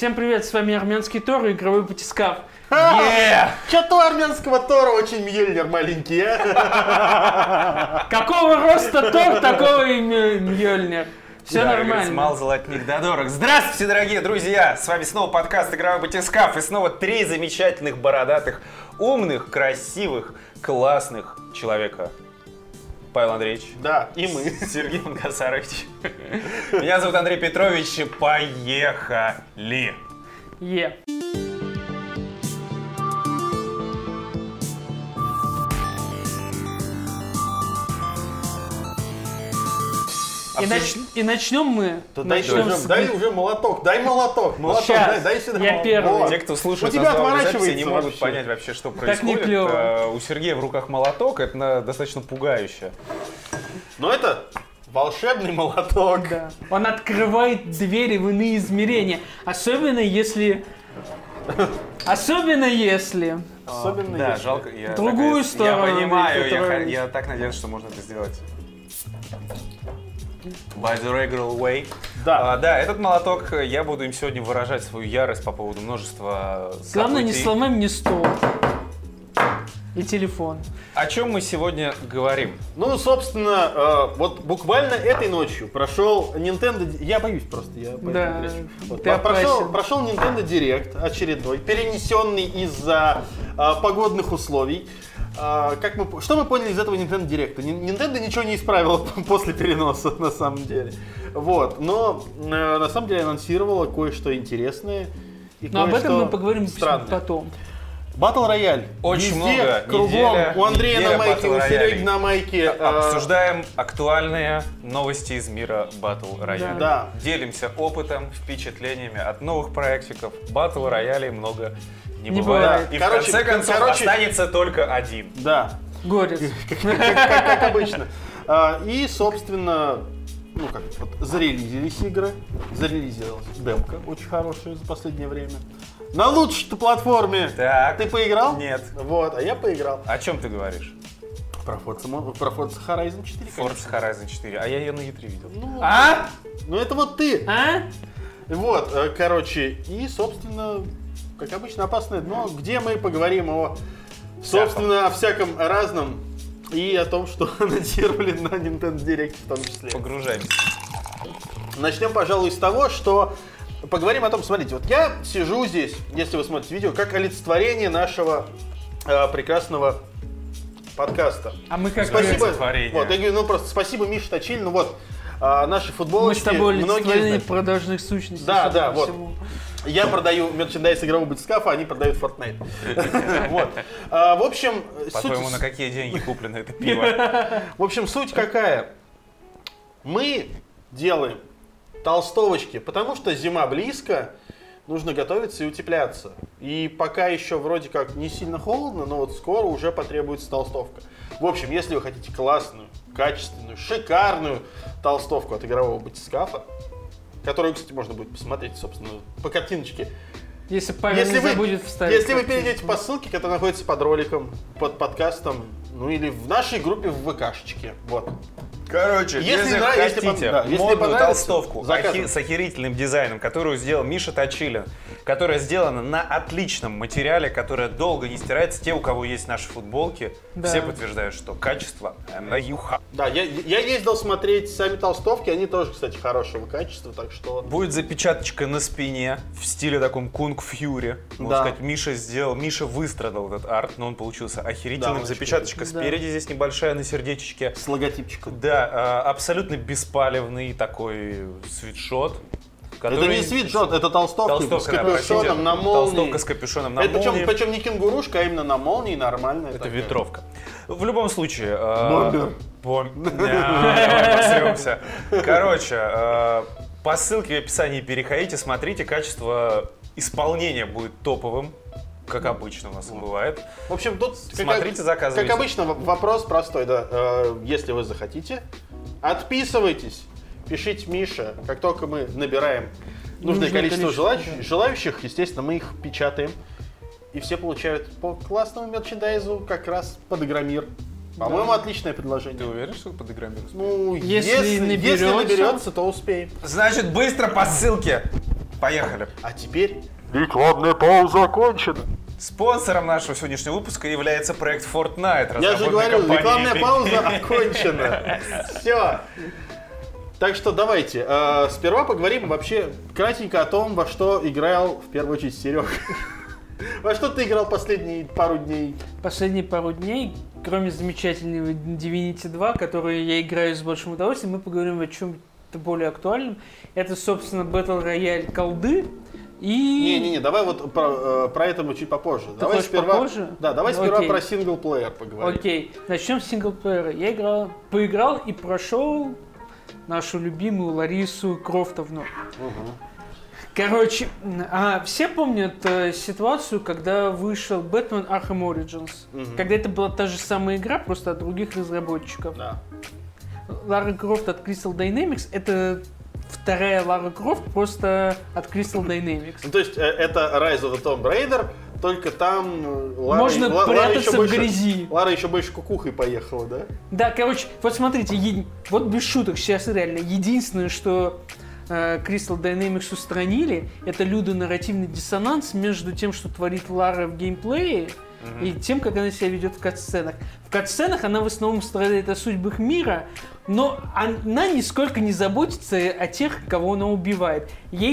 Всем привет, с вами армянский Тор и игровой батискаф. Чё-то у армянского Тора очень Мьёльнир маленький, а? Какого роста Тор, такого и Мьёльнир. Все нормально. Мал золотник да дорог. Здравствуйте, дорогие друзья! С вами снова подкаст «Игровой батискаф». И снова три замечательных, бородатых, умных, красивых, классных человека. Павел Андреевич. Да, и мы. Сергей Мангасарович. Меня зовут Андрей Петрович. Поехали! И начнем мы. Дай уже молоток, дай молоток. Сейчас, дай сюда. я первый. Те, кто слушает У тебя нас в аудиозаписи, отворачивается не могут вообще. понять вообще, что Так не происходит. клево. У Сергея в руках молоток, это достаточно пугающе. Но это волшебный молоток. Да. Он открывает двери в иные измерения. Особенно если... Особенно Да, если. жалко. Другую сторону, Я понимаю, Петрович. я так надеялся, что можно это сделать. By the regular way. Да. Да, этот молоток, я буду им сегодня выражать свою ярость по поводу множества Главное, не событий. сломай мне стол. И телефон. О чем мы сегодня говорим? Ну, собственно, вот буквально этой ночью прошел Nintendo... Я боюсь просто, Да, Вот, ты опасен. прошел Nintendo Direct очередной, перенесенный из-за погодных условий. Что мы поняли из этого Nintendo Direct? Nintendo ничего не исправила после переноса, на самом деле. Вот, но на самом деле анонсировала кое-что интересное. И Но об этом кое-что мы поговорим странное. потом. Батл рояль. Очень Везде, много. кругом. Неделя, У Андрея неделя на майке, у батл Сереги роялей. на майке. Обсуждаем актуальные новости из мира батл роялей. Да. Делимся опытом, впечатлениями от новых проектиков. Батл роялей много не Не бывает. бывает. И Короче, в конце концов короче- останется только один. Да, Горец. как обычно. И, собственно, зарелизились игры. Зарелизилась демка, очень хорошая за последнее время. На лучшей платформе. Так. Ты поиграл? Нет. Вот, а я поиграл. О чем ты говоришь? Про Forza Horizon 4. Forza Horizon 4. А я ее на E3 видел. Ну это вот ты. А? Вот, короче, и, собственно, как обычно, опасное дно, где мы поговорим о, собственно, о всяком разном и о том, что анонсировали на Nintendo Direct в том числе. Погружаемся. Начнем, пожалуй, с того, что поговорим о том, смотрите, вот я сижу здесь, если вы смотрите видео, как олицетворение нашего прекрасного подкаста. А мы как Спасибо. Олицетворение. Вот, я говорю, просто спасибо Мише Точилину, вот, наши Мы футболочки, с тобой многие олицетворение знают. продажных сущностей. Да, судя да, по вот. всему. Я продаю мерчендайз игрового батискафа, они продают Fortnite. Вот. В общем, По-твоему, на суть... какие деньги куплено это пиво? В общем, суть какая? Мы делаем толстовочки, потому что зима близко, нужно готовиться и утепляться. И пока еще вроде как не сильно холодно, но вот скоро уже потребуется толстовка. В общем, если вы хотите классную, качественную, шикарную толстовку от игрового батискафа, которую, кстати, можно будет посмотреть, собственно, по картиночке. Если Павел не забудет вставить. Если вы картинку. перейдете по ссылке, которая находится под роликом, под подкастом, ну или в нашей группе в ВКшечке. Вот. Короче, Если если хотите если модную понравится, толстовку заказывай. с охерительным дизайном, которую сделал Миша Точилин, которая сделана на отличном материале, которая долго не стирается, те, у кого есть наши футболки, Да. все подтверждают, что качество на юха. Да, я ездил смотреть сами толстовки, они тоже, кстати, хорошего качества, так что... Будет запечаточка на спине в стиле таком Кунг Фьюри. Можно Да. сказать, Миша выстрадал этот арт, но он получился охерительным. Да, Запечаточка очень. спереди здесь небольшая на сердечечке. С логотипчиком. Да, абсолютно беспалевный такой свитшот. Это не свитшот, это толстовка с да, капюшоном простите, на молнии. Толстовка с капюшоном на Это молнии. причем не кенгурушка, а именно на молнии нормальная. Это такая. ветровка. В любом случае... Бомбер. Давай посремся. Короче, по ссылке в описании переходите, смотрите, качество исполнения будет топовым, как обычно у нас и бывает. В общем, тут, Смотрите, заказывайте. как обычно, вопрос простой, да. Если вы захотите, отписывайтесь, пишите Мише. Как только мы набираем нужное количество желающих, естественно, мы их печатаем. И все получают по классному мерчендайзу как раз под Игромир. По-моему, отличное предложение. Ты уверен, что под Игромир? Ну, Если если наберется, наберется, то успеем. Значит, быстро по ссылке. Поехали. А теперь рекламная пауза окончена. Спонсором нашего сегодняшнего выпуска является проект Fortnite. Я же говорю, компании рекламная Epic. пауза окончена. Все. Так что давайте, сперва поговорим вообще кратенько о том, во что играл в первую очередь Серега. Во что ты играл последние пару дней? Последние пару дней, кроме замечательного Divinity 2, который я играю с большим удовольствием, мы поговорим о чем-то более актуальном. Это, собственно, Battle Royale колды. И... Не-не-не, давай вот про это мы чуть попозже. Ты Давай хочешь сперва, попозже? Да, давай сперва Окей. про синглплеер поговорим. Окей, начнем с синглплеера. Я поиграл и прошел нашу любимую Ларису Крофтовну. Короче, все помнят ситуацию, когда вышел Batman Arkham Origins. Когда это была та же самая игра, просто от других разработчиков. Да. Лара Крофт от Crystal Dynamics — это вторая Лара Крофт просто от Crystal Dynamics. Ну, то есть это Rise of the Tomb Raider, только там Можно прятаться в грязи. Лара еще больше кукухой поехала, да? Да, короче, вот смотрите, вот без шуток, сейчас реально единственное, что Crystal Dynamics устранили, это людонарративный диссонанс между тем, что творит Лара в геймплее, и тем, как она себя ведет в катсценах. В катсценах она в основном страдает о судьбах мира, но она нисколько не заботится о тех, кого она убивает.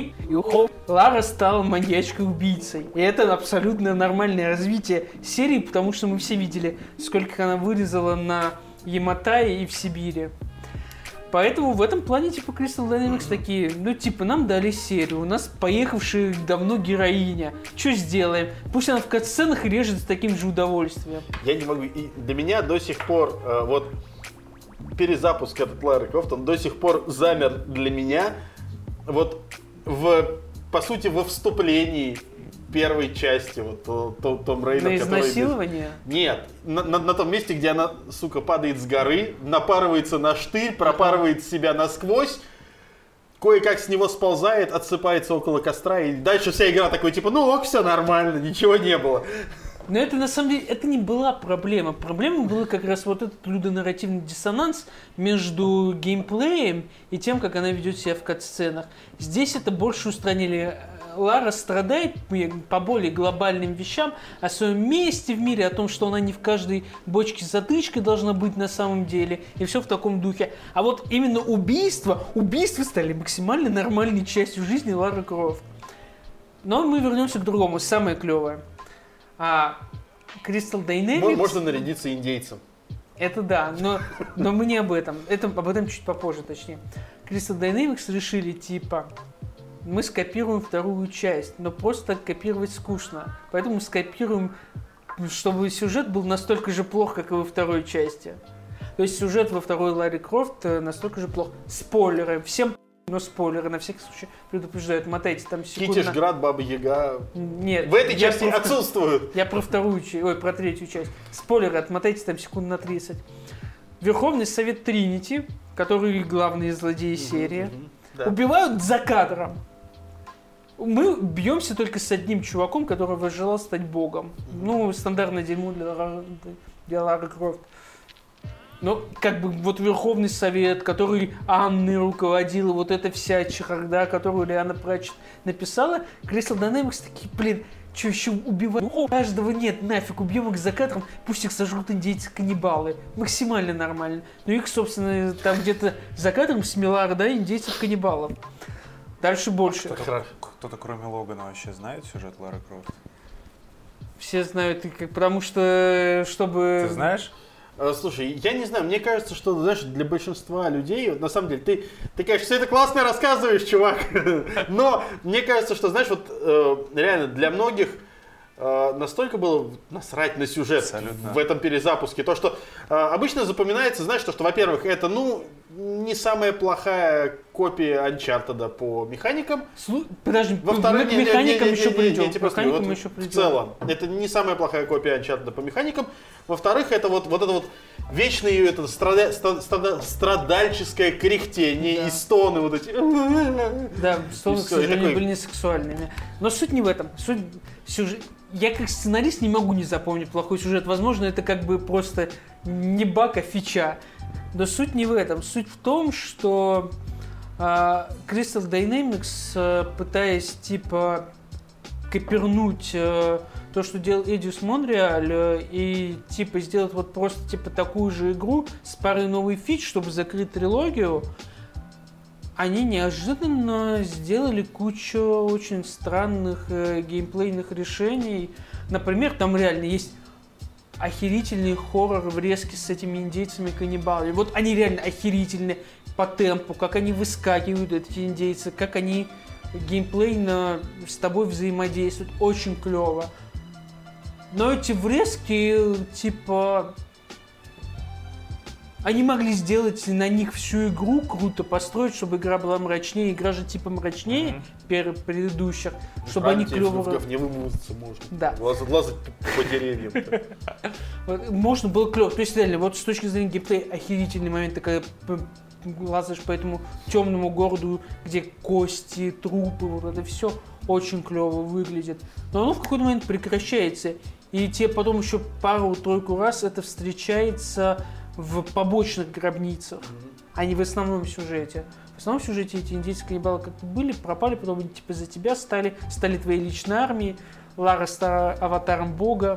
Лара стала маньячкой-убийцей. И это абсолютно нормальное развитие серии, потому что мы все видели, сколько она вырезала на Яматае и в Сибири. Поэтому в этом плане, типа, Crystal Dynamics такие, нам дали серию, у нас поехавшая давно героиня, что сделаем? Пусть она в катсценах режет с таким же удовольствием. Я не могу, и для меня до сих пор, вот, перезапуск этот Лары Крофт, он до сих пор замер для меня, вот, по сути, во вступлении первой части, вот, Tomb Raider. На изнасилование? Нет, на том месте, где она, сука, падает с горы, напарывается на штырь, пропарывает себя насквозь, кое-как с него сползает, отсыпается около костра, и дальше вся игра такой, типа, все нормально, ничего не было. Но это, на самом деле, это не была проблема. Проблема была как раз вот этот людонарративный диссонанс между геймплеем и тем, как она ведет себя в катсценах. Здесь это больше устранили. Лара страдает по более глобальным вещам, о своем месте в мире, о том, что она не в каждой бочке с затычкой должна быть на самом деле, и все в таком духе. А вот именно убийства стали максимально нормальной частью жизни Лары Крофт. Но мы вернемся к другому, самое клевое. Crystal Dynamics... Можно нарядиться индейцем. Это да, но мы не об этом. Об этом чуть попозже, точнее. Crystal Dynamics решили, типа... Мы скопируем вторую часть, но просто копировать скучно. Поэтому скопируем, чтобы сюжет был настолько же плох, как и во второй части. То есть сюжет во второй Ларе Крофт настолько же плох. Спойлеры. Всем но спойлеры на всякий случай предупреждают. Мотайте там секунду. Китишград, Баба Яга. Нет. В этой части отсутствуют. Я про про третью часть. Спойлеры, отмотайте там секунд на 30. Верховный Совет Тринити, который главные злодеи серии, убивают за кадром. Мы бьемся только с одним чуваком, который возжелал стать богом. Стандартное дерьмо для Лары Крофт. Но вот Верховный Совет, который Анной руководила, вот эта вся чехарда, которую Лиана Пратчетт написала, Crystal Dynamics такие, что еще убивать? Каждого нет, нафиг, убьем их за кадром, пусть их сожрут индейцы-каннибалы. Максимально нормально. Но их, собственно, там где-то за кадром смела орда индейцев-каннибалов. Дальше больше. Кто-то кроме Логана вообще знает сюжет Лары Крофт? Все знают, потому что, чтобы... Ты знаешь? Слушай, я не знаю, мне кажется, что, знаешь, для большинства людей, на самом деле, ты конечно, все это классно рассказываешь, чувак, но мне кажется, что, знаешь, реально для многих настолько было насрать на сюжет в этом перезапуске. То, что обычно запоминается, знаешь, что, во-первых, это, не самая плохая копия Uncharted по механикам. Подожди, во-вторых, к механикам еще придем. В целом, это не самая плохая копия Uncharted по механикам. Во-вторых, это вот это вечное страдальческое кряхтение и стоны вот эти. Да, стоны, к сожалению, были не сексуальными. Но суть не в этом. Я как сценарист не могу не запомнить плохой сюжет. Возможно, это просто не баг, а фича. Но суть не в этом. Суть в том, что Crystal Dynamics, пытаясь типа копернуть то, что делал Эдиус Монреаль, и типа сделать вот просто типа такую же игру с парой новых фич, чтобы закрыть трилогию, они неожиданно сделали кучу очень странных геймплейных решений. Например, там реально есть охерительный хоррор врезки с этими индейцами-каннибалами. Вот они реально охерительные по темпу, как они выскакивают, эти индейцы, как они геймплейно с тобой взаимодействуют. Очень клево. Но эти врезки, типа... Они могли сделать на них всю игру круто построить, чтобы игра была мрачнее. Игра же типа мрачнее предыдущих, чтобы они клево... В говне вымазаться можно. Да. Лазать по деревьям. Можно было клево. То есть реально, вот с точки зрения геймплея охерительный момент, когда лазаешь по этому темному городу, где кости, трупы, вот это все очень клево выглядит. Но оно в какой-то момент прекращается. И тебе потом еще пару-тройку раз это встречается в побочных гробницах, а не в основном сюжете. В основном сюжете эти индейцы каннибалы как-то были, пропали, потом они типа за тебя стали твоей личной армией. Лара стала аватаром бога.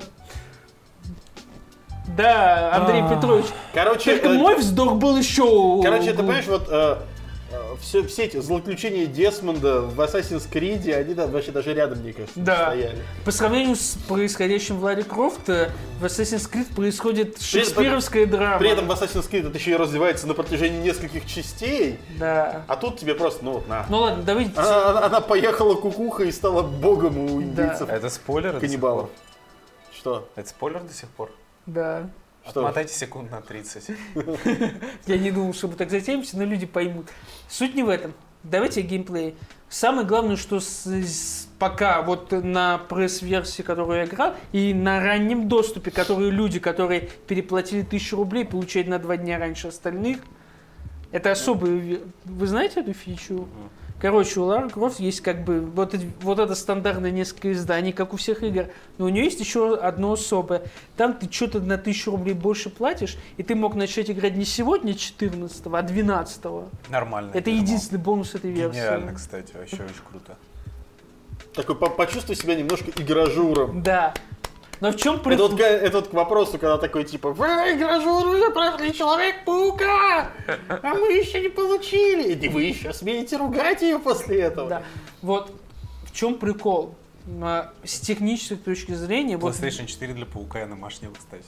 Да, Андрей Петрович. Короче, только мой вздох был еще... Короче, ты понимаешь, вот все эти злоключения Десмонда в Assassin's Creed, они вообще даже рядом, мне кажется, не стояли. По сравнению с происходящим в Ларе Крофт, в Assassin's Creed происходит шекспировская драма. При этом в Assassin's Creed это еще и развивается на протяжении нескольких частей. Да. А тут тебе просто, ну вот, на. Ну ладно, давайте... Она поехала кукуха и стала богом у индейцев. Это спойлер? Каннибалов. Что? Это спойлер до сих пор? Да. Отмотайте секунд на 30. Я не думал, что мы так затянемся, но люди поймут. Суть не в этом. Давайте геймплей. Самое главное, что пока вот на пресс-версии, которую я играл, и на раннем доступе, люди, которые переплатили 1000 рублей, получают на 2 дня раньше остальных, это особый... Вы знаете эту фичу? Короче, у Лары Крофт есть как бы вот это стандартное несколько изданий, как у всех игр, но у нее есть еще одно особое. Там ты что-то на 1000 рублей больше платишь, и ты мог начать играть не сегодня, 14-го, а 12-го. Нормально. Это единственный бонус этой версии. Гениально, кстати, вообще очень круто. Такой, почувствуй себя немножко игражуром. Да. Но в чем это вот к вопросу, когда такой типа: вы, игражур, уже прошли Человек-паука, а мы еще не получили. И вы еще смеете ругать ее после этого. Да. Вот в чем прикол. С технической точки зрения... PlayStation 4 для Паука я намашнил, кстати.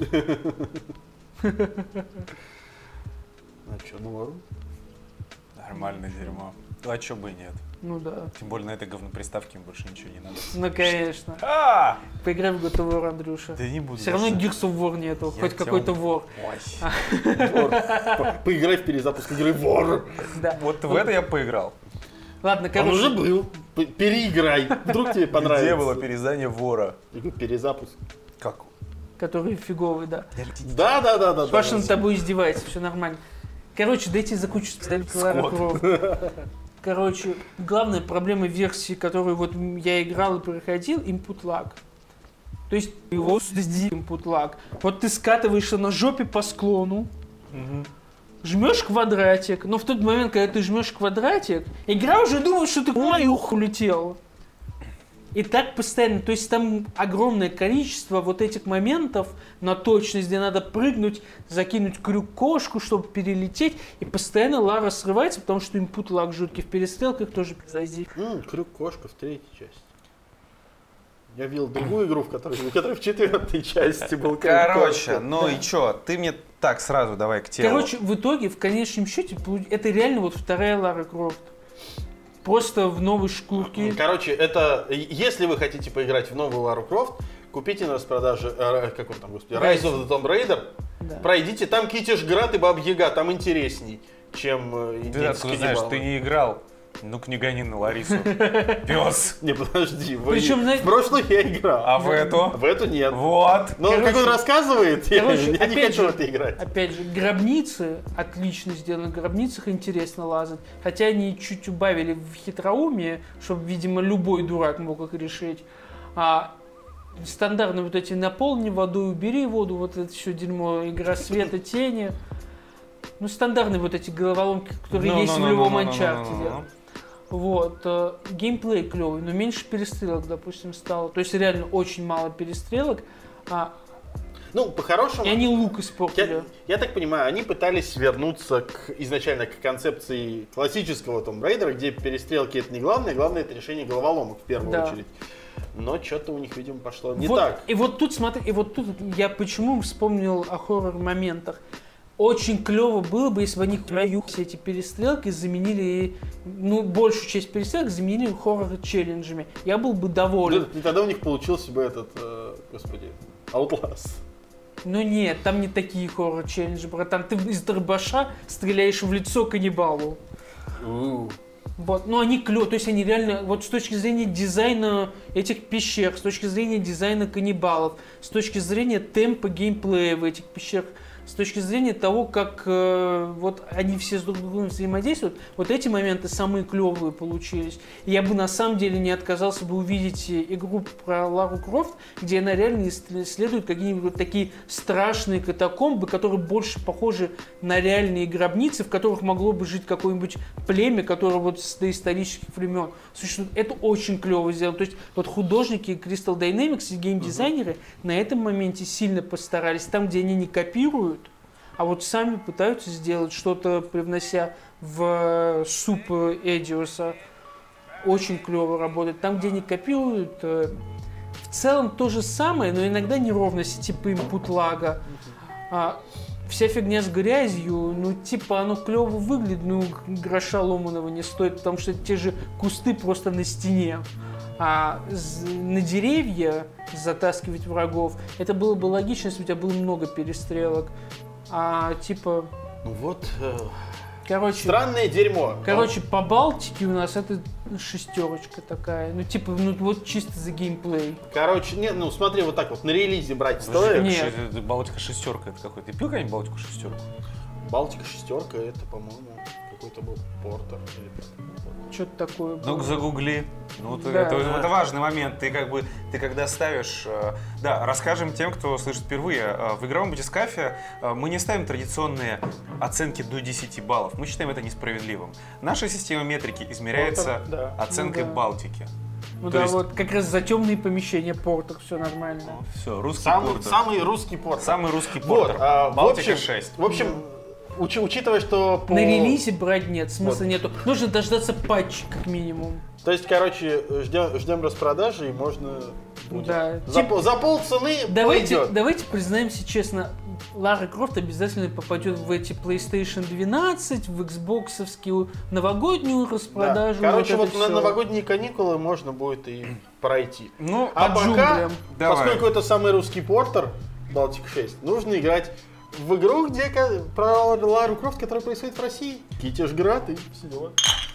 А что, норм? Нормальное дерьмо. А чё бы и нет. Ну да. Тем более на этой говноприставке им больше ничего не надо. Ну конечно. Поиграй в God of War, Андрюша. Да не буду. Все равно Gears of War нету, хоть какой-то вор. Поиграй в перезапуск игры вор. Вот в это я поиграл. Ладно, короче. Он уже был. Переиграй. Вдруг тебе понравится. Где было переиздание вора? Перезапуск. Как? Который фиговый, да. Да. Паша над тобой издевается, все нормально. Короче, дайте закончить Лара Крофт. Короче, главная проблема версии, которую вот я играл и проходил, input lag. То есть его input lag. Вот ты скатываешься на жопе по склону, жмешь квадратик, но в тот момент, когда ты жмешь квадратик, игра уже думает, что ты улетел. И так постоянно, то есть там огромное количество вот этих моментов на точность, где надо прыгнуть, закинуть крюк-кошку, чтобы перелететь, и постоянно Лара срывается, потому что input lag жуткий. В перестрелках тоже произойди. Крюк-кошка в 3-й части. Я видел другую игру, в которой в 4-й части был крюк-кошка. Короче, ну и чё, ты мне так сразу давай к телу. Короче, в итоге, в конечном счете, это реально вот вторая Лара Крофт. Просто в новой шкурке. Короче, это если вы хотите поиграть в новую Лару Крофт, купите на распродаже, как он там, господи, Rise of the Tomb Raider, пройдите, там Китишград и Баба-Яга, там интересней, чем индейцы каннибалы. Знаешь, ты не играл. Ну-ка не гони на Ларису. Пес. Не, подожди, Причем, в прошлую я играл. А в эту? В эту нет. Вот. Но как он рассказывает, я не хочу в это играть. Опять же, гробницы, отлично сделаны, в гробницах интересно лазать. Хотя они чуть убавили в хитроумие, чтобы, видимо, любой дурак мог их решить. А стандартно вот эти наполни водой, убери воду, вот это все дерьмо, игра света, тени. Ну, стандартные вот эти головоломки, которые есть в любом Uncharted. Вот. Геймплей клевый, но меньше перестрелок, допустим, стало. То есть реально очень мало перестрелок. Ну, по-хорошему... И они лук испортили. Я так понимаю, они пытались вернуться изначально к концепции классического Tomb Raider, где перестрелки это не главное, главное это решение головоломок в первую очередь. Но что-то у них, видимо, пошло не так. И вот тут, смотри, и вот тут я почему вспомнил о хоррор-моментах. Очень клево было бы, если бы они все эти перестрелки заменили, ну, большую часть перестрелок заменили хоррор-челленджами. Я был бы доволен. И тогда у них получился бы этот, господи, Outlast. Ну нет, там не такие хоррор-челленджи, братан. Ты из дробаша стреляешь в лицо каннибалу. Вот, ну они клёвые, то есть они реально, вот с точки зрения дизайна этих пещер, с точки зрения дизайна каннибалов, с точки зрения темпа геймплея в этих пещерах, с точки зрения того, как вот они все с друг другом взаимодействуют, вот эти моменты самые клевые получились. И я бы на самом деле не отказался бы увидеть игру про Лару Крофт, где она реально исследует какие-нибудь вот такие страшные катакомбы, которые больше похожи на реальные гробницы, в которых могло бы жить какое-нибудь племя, которое вот с доисторических времен существует. Это очень клево сделано. То есть вот художники Crystal Dynamics и геймдизайнеры на этом моменте сильно постарались. Там, где они не копируют, а вот сами пытаются сделать что-то, привнося в суп Эдиуса. Очень клево работает. Там, где не копируют, в целом то же самое, но иногда неровности, типа input лага. Вся фигня с грязью, ну, типа, оно клево выглядит, ну, гроша ломаного не стоит, потому что те же кусты просто на стене. А на деревья затаскивать врагов, это было бы логично, если у тебя было много перестрелок. Типа... Ну вот... Короче, странное дерьмо. Короче, по Балтике у нас это шестерочка такая. Ну, типа, ну вот чисто за геймплей. Короче, нет, ну смотри, вот так вот, на релизе брать стоит. Нет. Балтика шестерка, это какой? Ты пил когда-нибудь Балтику шестерку? Балтика шестерка, это, по-моему, какой-то был портер. Что-то такое было. Ну-ка загугли. Ну, Да. это важный момент. Ты когда ставишь... Да, расскажем тем, кто слышит впервые. В игровом батискафе мы не ставим традиционные оценки до 10 баллов. Мы считаем это несправедливым. Наша система метрики измеряется оценкой Балтики. Ну То да, есть... вот как раз за темные помещения портер, все нормально. Все, русский портер. Самый русский портер. Самый русский портер. Вот, Балтика 6. В общем, учитывая, что на релизе брать нет, смысла нету. Нужно дождаться патча, как минимум. То есть, короче, ждем распродажи, и можно будет. Да. За полцены пойдет. Давайте признаемся честно, Лара Крофт обязательно попадет в эти PlayStation 12, в Xbox-овскую новогоднюю распродажу. Да. Короче, вот вот на новогодние каникулы можно будет и пройти. Ну, а под пока, джунглям. поскольку это самый русский портер, Балтика 6, нужно играть в игру, где про Лару Крофт, которая происходит в России. Китежград и все дела.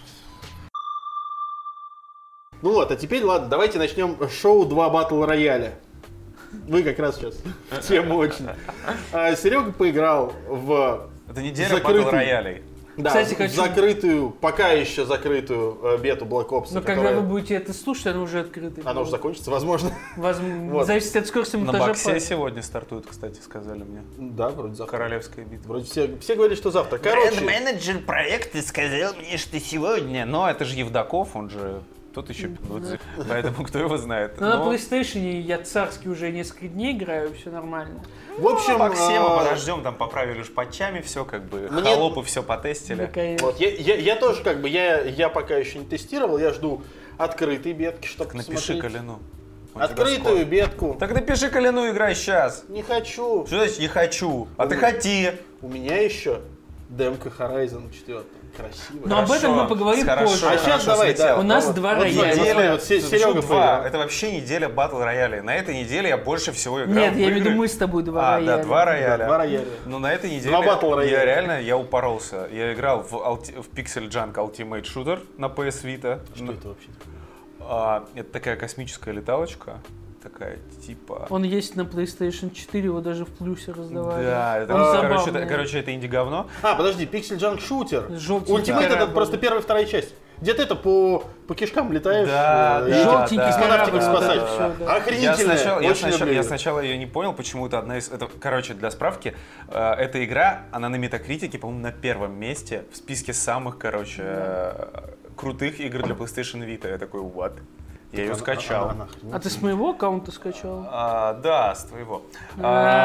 Ну вот, а теперь, ладно, давайте начнем шоу 2 батл рояля. Вы как раз сейчас в тему очень. Серега поиграл в это неделя батл роялей. Да, кстати, закрытую, пока еще закрытую бету Black Ops. Но когда вы будете это слушать, она уже открыта. Она уже закончится, возможно. Вот. Зависит от скорости монтажа. На боксе сегодня стартует, кстати, сказали мне. Да, вроде завтра. Королевская битва. Вроде все говорили, что завтра. Короче, менеджер проекта сказал мне, что сегодня. Но это же Евдоков, он же... Тот еще пинутся, поэтому кто его знает. Но на PlayStation я царский уже несколько дней играю, все нормально. В общем, Максима подождем, там поправили уж патчами все, как бы, холопы все потестили. Вот, я тоже, как бы, я пока еще не тестировал, я жду открытой бетки, чтобы напиши Коляну. Открытую бетку. Так напиши Коляну, играй сейчас. Не хочу. Что значит не хочу? А ты хоти. У меня еще демка Horizon 4. Красиво. Но об этом мы поговорим позже. А сейчас давай, да. У нас 2 рояля. Серега поиграл. Это вообще неделя батл роялей. На этой неделе я больше всего играл. Нет, я имею в виду мы с тобой 2 рояля. Да, 2 рояля. 2 рояля. Но на этой неделе я упоролся. Я играл в Pixel Junk Ultimate Shooter на PS Vita. Что это вообще? Это такая космическая леталочка. Такая, типа... Он есть на PlayStation 4, его даже в плюсе раздавали. Да, это короче, это инди-говно. Подожди, Pixel Junk Shooter. Желтенький. Ultimate это просто первая и вторая часть. Где ты это по кишкам летаешь? Желтенький космонавтиков корабль, спасать. вот это всё, да. Охренительно. Я сначала ее не понял, почему это одна из... Короче, для справки, эта игра, она на Метакритике, по-моему, на первом месте в списке самых, крутых игр для PlayStation Vita. Я такой, what? Я ее скачал. А ты с моего аккаунта скачал? Да, с твоего. У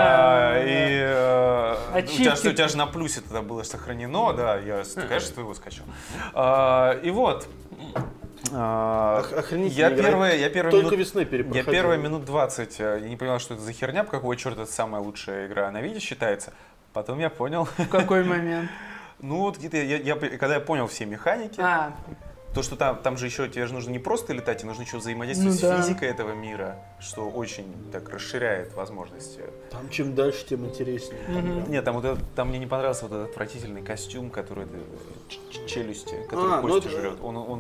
тебя же на плюсе тогда было сохранено, да, я, конечно, с твоего скачал. И вот. Охренительно. Я первые минут 20 я не понял, что это за херня, по какого черта это самая лучшая игра на Vita считается. Потом я понял. В какой момент? Ну вот где-то, когда я понял все механики. То, что там же еще тебе же нужно не просто летать, а нужно еще взаимодействовать с физикой этого мира, что очень так расширяет возможности. Там чем дальше, тем интереснее. Нет, там мне не понравился вот этот отвратительный костюм, который челюсти, который кости жрет.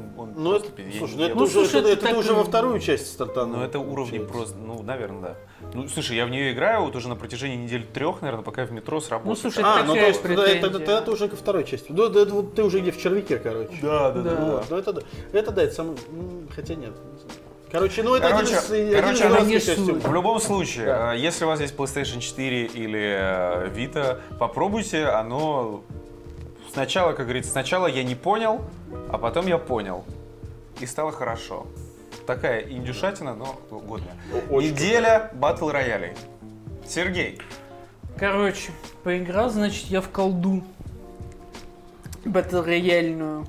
Это уже во вторую часть стартанул. Ну это уровни просто, наверное, да. Ну, слушай, я в нее играю вот уже на протяжении недель 3, наверное, пока я в метро сработал. Ну, слушай, это ты уже ко второй части. Ты уже где в червяке, короче. Да. Это самое... Хотя нет. Короче, это один из костюмов. В любом случае, если у вас есть PlayStation 4 или Vita, попробуйте, оно... Сначала, как говорится, сначала я не понял, а потом я понял. И стало хорошо. Такая индюшатина, но годная. Неделя батл роялей. Сергей. Короче, поиграл, значит, я в колду. Батл рояльную,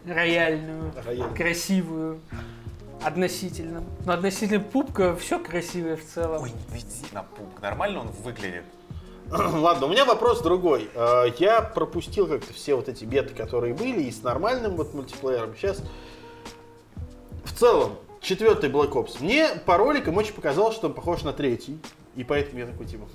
красивую. Относительно. Но относительно пупка все красивое в целом. Ой, не веди на пупк. Нормально он выглядит. Ладно, у меня вопрос другой. Я пропустил как-то все вот эти беты, которые были, и с нормальным вот мультиплеером. Сейчас в целом 4-й Black Ops. Мне по роликам очень показалось, что он похож на 3-й. И поэтому я такой типа...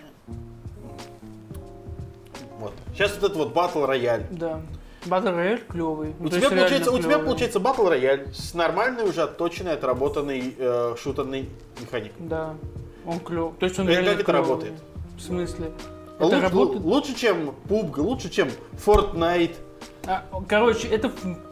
Вот. Сейчас вот это вот Battle Royale. Да. Battle Royale клевый. У тебя получается Battle Royale с нормальной, уже отточенной, отработанной шутерной механикой. Да. Он клевый. То есть он как это работает? В смысле? Это работает? Лучше, чем PUBG, лучше, чем Fortnite. Короче, это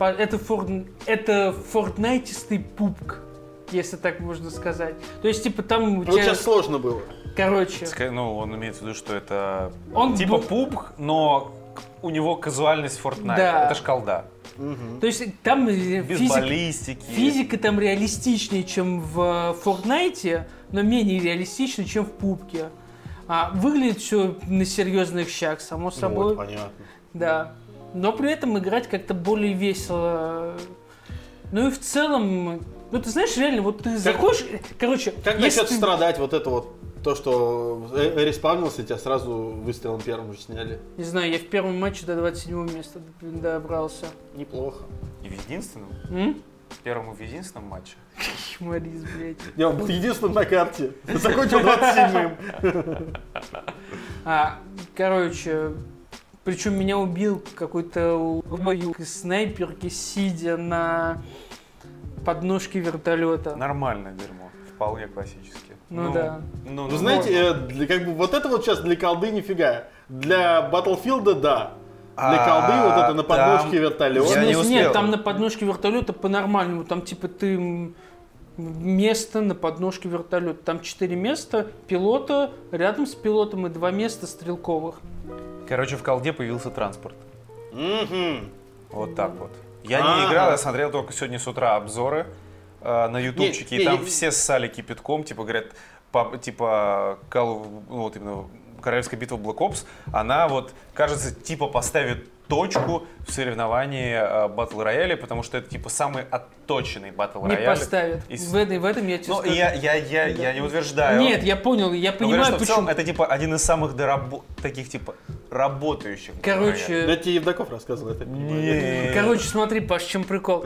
фортнайтистый PUBG, если так можно сказать. То есть, типа, там у тебя... Вот сейчас сложно было. Короче... Ну, он имеет в виду, что это типа PUBG, но у него казуальность Fortnite. Да. Это ж колда. То есть, там без баллистики. Физика там реалистичнее, чем в Fortnite, но менее реалистичнее, чем в PUBG. Выглядит все на серьезных щах, само собой. Вот, понятно. Да. Но при этом играть как-то более весело. Ну и в целом, ну ты знаешь, реально, вот ты заходишь, короче... Как насчет страдать вот это вот, то, что респавнился, тебя сразу выстрелом первым же сняли? Не знаю, я в первом матче до 27 места добрался. Неплохо. И в единственном? Первому в единственном матче? Морис, блядь. Я был единственным на карте. Закончил 27-м. Короче, причем меня убил какой-то из снайперки, сидя на подножке вертолета. Нормальное дерьмо. Вполне классически. Да. Вы знаете, как бы вот это вот сейчас для колды нифига. Для Battlefield да. Для колды вот это на подножке вертолета. Нет, там на подножке вертолета по-нормальному. Там типа ты место на подножке вертолета. Там 4 места пилота, рядом с пилотом и 2 места стрелковых. Короче, в колде появился транспорт. Вот так вот. Я не играл, я смотрел только сегодня с утра обзоры на ютубчике, и там все ссали кипятком, типа говорят, типа вот именно Королевская битва Black Ops, она вот, кажется, типа поставит точку в соревновании Battle Royale, потому что это типа самый отточенный Battle Royale. Не поставит. В этом я тебе скажу. Я не утверждаю. Нет, я понял, я понимаю, говорю, что почему. в целом это типа один из самых таких типа работающих. Короче... Да тебе Евдоков рассказывал, это не. Короче, смотри, Паш, в чем прикол.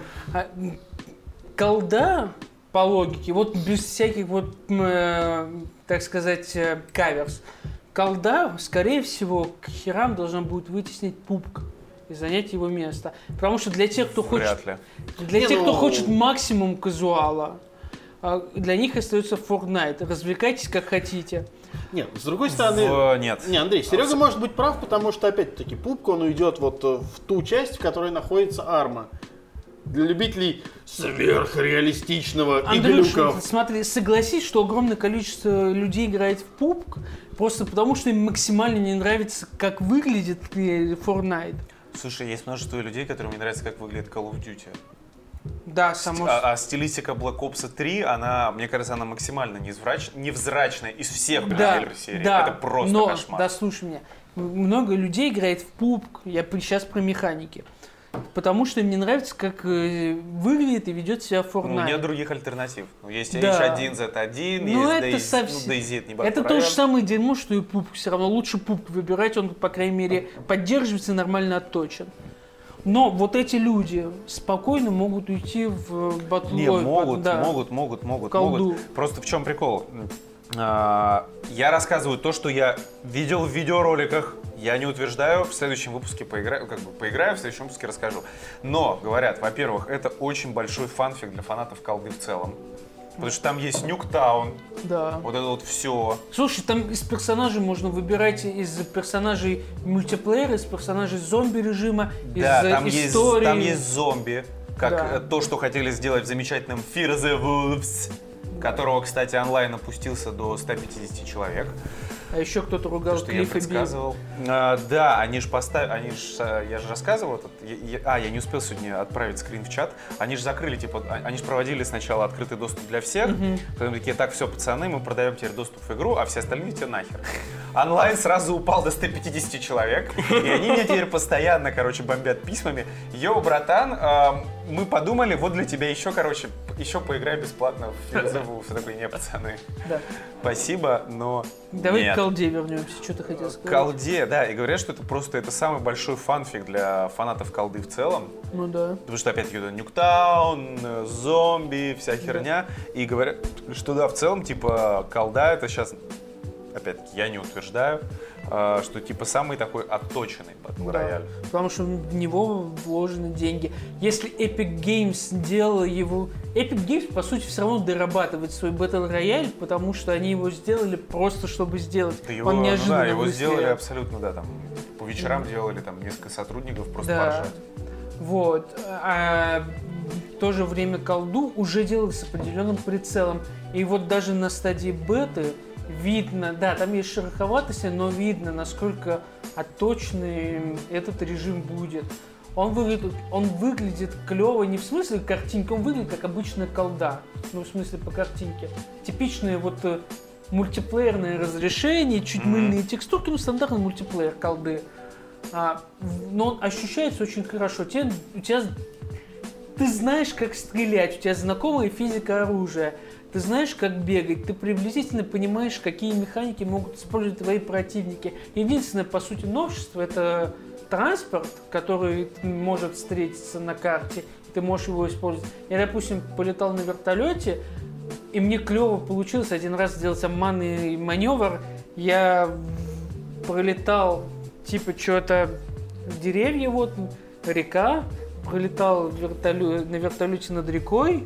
Колда, по логике, вот без всяких вот, так сказать, каверс. Колда, скорее всего, к херам должна будет вытеснить PUBG и занять его место. Потому что для тех, кто хочет... кто хочет максимум казуала, для них остается Fortnite. Развлекайтесь как хотите. Нет, с другой стороны... Нет. Не, Андрей, Серега может быть прав, потому что, опять-таки, PUBG, он уйдет вот в ту часть, в которой находится арма. для любителей сверхреалистичного и Андрюш, глюков. смотри, согласись, что огромное количество людей играет в PUBG просто потому, что им максимально не нравится, как выглядит Fortnite. Слушай, есть множество людей, которым не нравится, как выглядит Call of Duty. Да, само А стилистика Black Ops 3, она, мне кажется, она максимально невзрачная из всех предыдущих серий. Да, это просто но, кошмар. да, слушай меня, много людей играет в PUBG, я сейчас про механики, потому что им не нравится, как выглядит и ведет себя Fortnite. Ну, нет других альтернатив. Ну, есть Да. H1Z1, Ну, это есть совсем... DayZ, не Это то же самое дерьмо, что и PUBG. Все равно лучше PUBG выбирать, он, по крайней мере, поддерживается и нормально отточен. Но вот эти люди спокойно могут уйти в батл. Не, могут. Колду. Просто в чем прикол? Я рассказываю то, что я видел в видеороликах. Я не утверждаю, в следующем выпуске поиграю, в следующем выпуске расскажу. Но, говорят, во-первых, это очень большой фанфик для фанатов колды в целом. Потому что там есть Нюктаун, Да. вот это вот все. Слушай, там из персонажей можно выбирать из персонажей мультиплеера, из персонажей зомби-режима, Да, из там истории. там есть зомби, как Да. то, что хотели сделать в замечательном Fear the Wolves, которого, кстати, онлайн опустился до 150 человек. А еще кто-то ругал Что я Клиффа Би. предсказывал. Да, они же поставили, я же рассказывал, я не успел сегодня отправить скрин в чат. Они же закрыли, типа, они же проводили сначала открытый доступ для всех, потом такие, так, все, пацаны, мы продаем теперь доступ в игру, а все остальные тебе нахер. Онлайн сразу упал до 150 человек, и они меня теперь постоянно, бомбят письмами. Йоу, братан, мы подумали, вот для тебя еще поиграй бесплатно в Fear the Wolves. Я такой, не, пацаны, Да. спасибо, но Давай нет. к колде вернемся, что ты хотел сказать? Колде, да, и говорят, что это самый большой фанфик для фанатов колды в целом. Ну да. Потому что, опять-таки, Нюктаун, зомби, вся херня. И говорят, что да, в целом, типа, колда это сейчас, опять-таки, я не утверждаю, что типа самый такой отточенный батл рояль. Потому что в него вложены деньги. Если Epic Games делала его... Epic Games, по сути, все равно дорабатывает свой Battle Royale, потому что они его сделали просто, чтобы сделать. Да его, Он неожиданно его выстрелил. сделали абсолютно, да, там, по вечерам делали, там, несколько сотрудников просто Да. поржать. Вот. А в то же время колду уже делали с определенным прицелом. И вот даже на стадии беты видно, да, там есть шероховатости, но видно, насколько отточенный этот режим будет. Он выглядит клево не в смысле картинки, он выглядит как обычная колда. Ну, в смысле по картинке. Типичные вот мультиплеерные разрешения, чуть мыльные текстурки, ну, стандартный мультиплеер колды. Но он ощущается очень хорошо. Ты знаешь, как стрелять, у тебя знакомая физика оружия. Ты знаешь, как бегать, ты приблизительно понимаешь, какие механики могут использовать твои противники. Единственное, по сути, новшество — это транспорт, который может встретиться на карте, и ты можешь его использовать. Я, допустим, полетал на вертолете, и мне клево получилось один раз сделать обманный маневр. Я пролетал, типа, что-то деревья, вот, река, пролетал на вертолете над рекой,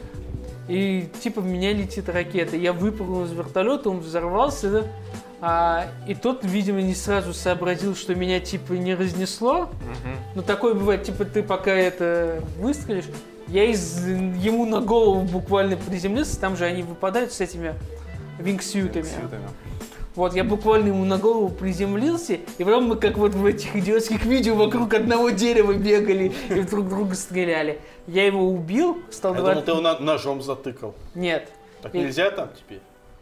и типа в меня летит ракета. Я выпрыгнул из вертолета, он взорвался, и тот, видимо, не сразу сообразил, что меня типа не разнесло. Но такое бывает, типа ты пока это выстрелишь, я ему на голову буквально приземлился, там же они выпадают с этими вингсьютами. Вот, я буквально ему на голову приземлился, и потом мы, как вот в этих идиотских видео, вокруг одного дерева бегали и друг друга стреляли. Я его убил, стал... Я думал, ты его ножом затыкал. Нет. Так нельзя там теперь?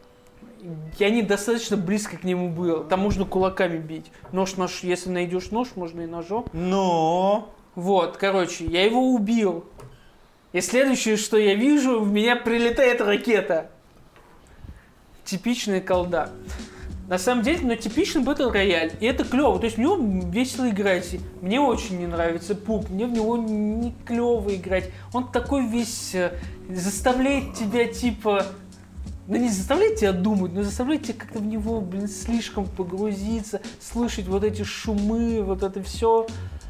Я недостаточно близко к нему был. Там можно кулаками бить. Нож, если найдешь нож, можно и ножом. Но... Вот, короче, я его убил. И следующее, что я вижу, в меня прилетает ракета. Типичная колда. На самом деле, но типичный Battle Royale. И это клево. То есть в него весело играть. Мне очень не нравится PUBG. Мне в него не клево играть. Он такой весь заставляет тебя типа... Ну не заставляет тебя думать, но заставляет тебя как-то в него, слишком погрузиться, слышать вот эти шумы, вот это все.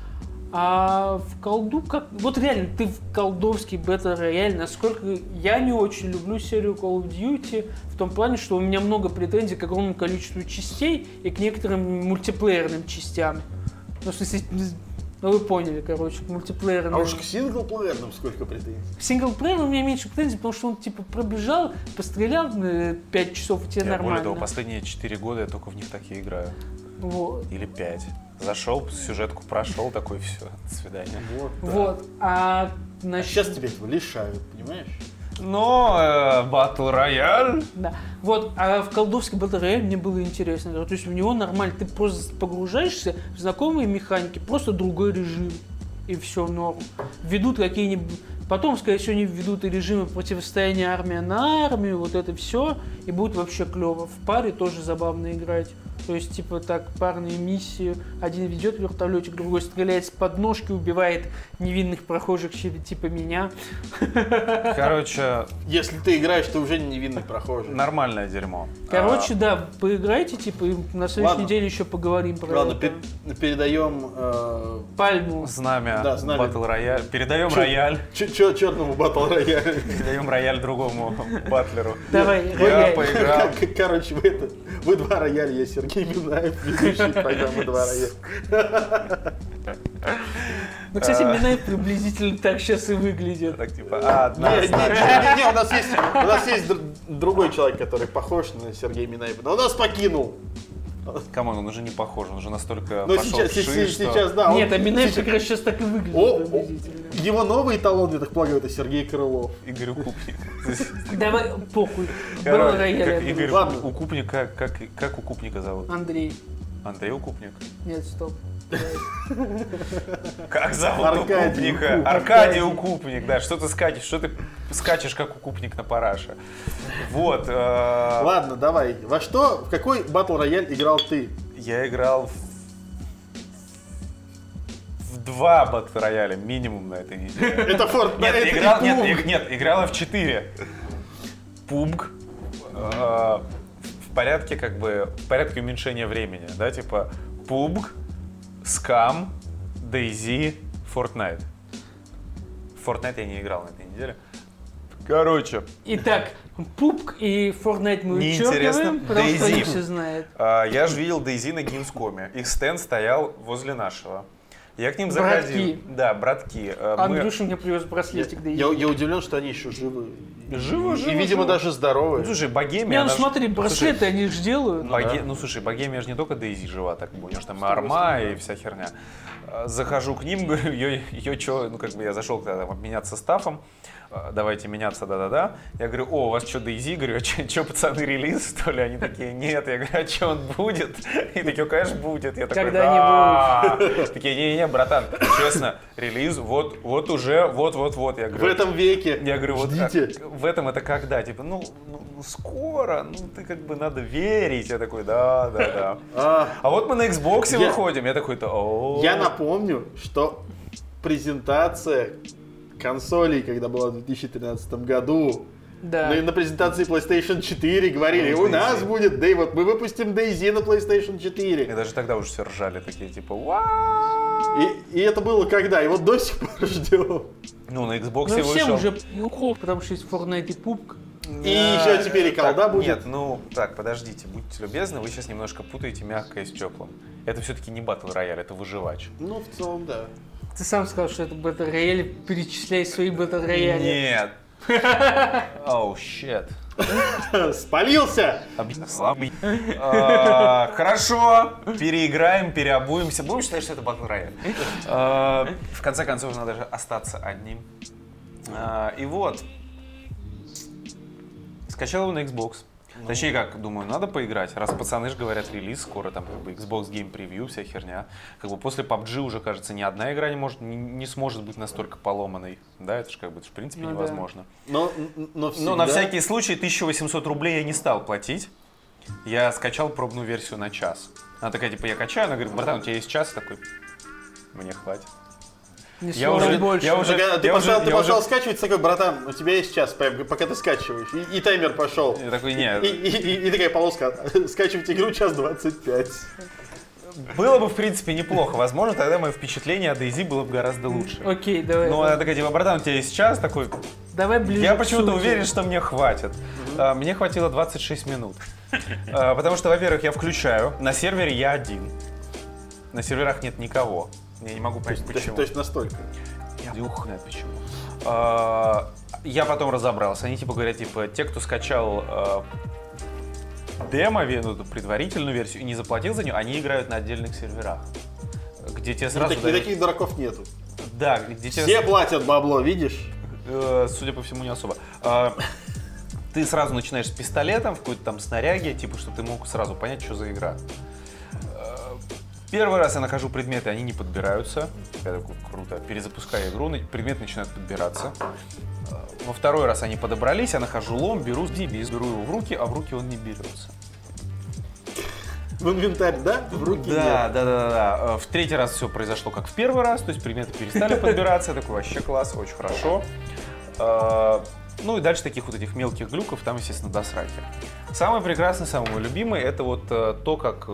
А в колду как... Вот реально, ты в колдовский Battle Royale, насколько... Я не очень люблю серию Call of Duty, в том плане, что у меня много претензий к огромному количеству частей и к некоторым мультиплеерным частям. Ну, в смысле, Ну вы поняли, короче, к мультиплеерным. А уж к синглплеерным сколько претензий? К синглплееру у меня меньше претензий, потому что он типа пробежал, пострелял 5 часов, и тебе Я нормально. более того, последние 4 года я только в них такие играю. Вот. Или 5. Зашел, сюжетку прошел, такой, все, до свидания. Вот. Да. Вот. А Сейчас тебя этого лишают, понимаешь? Но Battle Royale... Да. Вот, а в колдовский Battle Royale мне было интересно. То есть в него нормально, ты просто погружаешься в знакомые механики, просто другой режим. И все норм. Введут какие-нибудь... Потом, скорее всего, они введут и режимы противостояния армия на армию, вот это все, и будет вообще клево. В паре тоже забавно играть. То есть, типа, так, парные миссии. Один ведет вертолетик, другой стреляет с подножки, убивает невинных прохожих, типа меня. Короче, Если ты играешь, ты уже не невинный прохожий. нормальное дерьмо. Короче, да, поиграйте, типа, и на следующей Ладно. неделе еще поговорим про Ладно, это. передаем Пальму. Знамя, Да, знамя. Battle Royale. Передаем Чё? рояль. черному батл роялю. Передаем рояль другому батлеру. Давай, Я рояль. поиграл. Короче, вы два рояля, я Сергей Минаев, ведущий программы «Два рояля». Ну, кстати, Минаев приблизительно так сейчас и выглядит. Так типа, одна Не, у нас есть другой человек, который похож на Сергея Минаева, но он нас покинул. Камон, он уже не похож, он уже настолько Но пошел в ши, сейчас, что... да. он Нет, а Минаев сейчас- как раз сейчас так и выглядит О, приблизительно. Его новый эталон, я так полагаю, это Сергей Крылов. Игорь Укупник. Давай, похуй. Было Короче, рояль. как Игорь Ладно. Укупника, как Укупника зовут? Андрей. Андрей Укупник. Нет, стоп. Как зовут Аркадий Укупника? Укупник. Аркадий Укупник, да. Что ты скачешь как Укупник на параше. Вот. Ладно, давай. В какой батл рояль играл ты? Я играл в 2 батл рояля минимум на этой неделе. Это Fortnite. Нет, это играл, и PUBG. нет, играл я в 4. PUBG. В порядке уменьшения времени, да, типа PUBG, Scam, DayZ, Fortnite. В Fortnite я не играл на этой неделе. Короче, Итак, PUBG и Fortnite мы Неинтересно. вычеркиваем, потому что DayZ. они все знают. я же видел DayZ на Gamescom. Их стенд стоял возле нашего. Я к ним заходил. Братки. Да, братки. Андрюша мне привез браслетик Я DayZ. удивлен, что они еще живы. Живо. И, видимо, даже здоровы. Ну, слушай, Богемия... Не, ну она ж- смотри, браслеты они же делают. Ну, слушай, Богемия же не только DayZ жива, так бы, у нее же там и Арма и вся херня. Захожу к ним, говорю, ее что, ну, как бы я зашел тогда там обменяться стафом, давайте меняться, да-да-да. Я говорю, о, у вас что, DayZ? Говорю, а что, пацаны, релиз, что ли? Они такие, нет. Я говорю, а что, он будет? И такие, конечно, будет. Я такой, да. Такие, не-не-не, братан, честно, релиз, вот уже, вот. Я В говорю, этом веке. я говорю, вот ждите. в этом это когда? Типа, ну скоро, ну ты как бы надо верить. Я такой, да. А вот мы на Xbox Я- выходим. Я такой-то, о. Я напомню, что презентация консолей, когда была в 2013 году, Да. на презентации PlayStation 4 говорили, Ну, у нас DayZ. будет, вот мы выпустим DayZ на PlayStation 4. И даже тогда уже все ржали, такие типа, вау. И это было когда? И вот до сих пор ждем. Ну, на Xbox Ну всем вышел. уже потому что есть Fortnite и PUBG. И еще теперь и колда Так, будет. Нет, ну, так, подождите, будьте любезны, вы сейчас немножко путаете мягкое с теплым. Это все-таки не батл рояль, это выживач. Ну, в целом, да. Ты сам сказал, что это Battle Royale, перечисляй свои Battle Royale. Нет. Оу, щет. Спалился! Слабый. Хорошо, переиграем, переобуемся. Будем считать, что это батл рояль. В конце концов, надо же остаться одним. И вот. Скачал его на Xbox. Точнее как, думаю, надо поиграть. Раз пацаны же говорят, релиз скоро, там как бы Xbox Game Preview, вся херня. Как бы после PUBG уже, кажется, ни одна игра не сможет быть настолько поломанной. Да, это же как бы, это ж, в принципе, Ну да. невозможно. Но Но всегда... на всякий случай 1800 рублей я не стал платить. Я скачал пробную версию на час. Она такая, типа, я качаю, она говорит, братан, у тебя есть час? Я такой, мне хватит. Не Я слово уже- больше. я уже- Ты я пошел уже- скачивать, такой, братан, у тебя есть час, пока ты скачиваешь. И таймер пошел. Я такой, нет. И такая полоска, скачивать игру час 25. Было бы, в принципе, неплохо. Возможно, тогда мое впечатление о DayZ было бы гораздо лучше. Окей, давай. Но она такая, типа, братан, у тебя есть час? Такой, Давай ближе я к почему-то сути. уверен, что мне хватит. Мне хватило 26 минут. Потому что, во-первых, я включаю, на сервере я один. На серверах нет никого. Я не могу понять, почему. То есть настолько. Ух, знает почему. Я потом разобрался. Они типа говорят, типа, те, кто скачал демо, предварительную версию и не заплатил за нее, они играют на отдельных серверах. Где тебе сразу Таких дураков нету. Да, где все платят бабло, видишь? Судя по всему, не особо. Ты сразу начинаешь с пистолетом в какой-то там снаряге, типа, чтобы ты мог сразу понять, что за игра. Первый раз я нахожу предметы, они не подбираются. Я такой, круто. Перезапускаю игру, предметы начинают подбираться. Во второй раз они подобрались, я нахожу лом, беру его в руки, а в руки он не берется. В инвентарь, да? В руки да, нет. Да. В третий раз все произошло как в первый раз, то есть предметы перестали подбираться. Я такой, вообще класс, очень хорошо. Ну и дальше таких вот этих мелких глюков там, естественно, до сраки. Самый прекрасный, самый мой любимый, это вот то, как...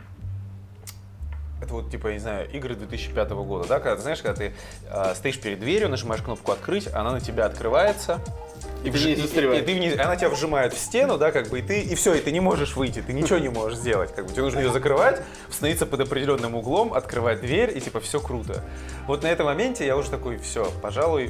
Это вот, типа, я не знаю, игры 2005 года, да, когда ты знаешь, когда ты стоишь перед дверью, нажимаешь кнопку «Открыть», она на тебя открывается, и она тебя вжимает в стену, да, как бы, и все, и ты не можешь выйти, ты ничего не можешь сделать, как бы, тебе нужно ее закрывать, становиться под определенным углом, открывать дверь, и типа все круто. Вот на этом моменте я уже такой, все, пожалуй,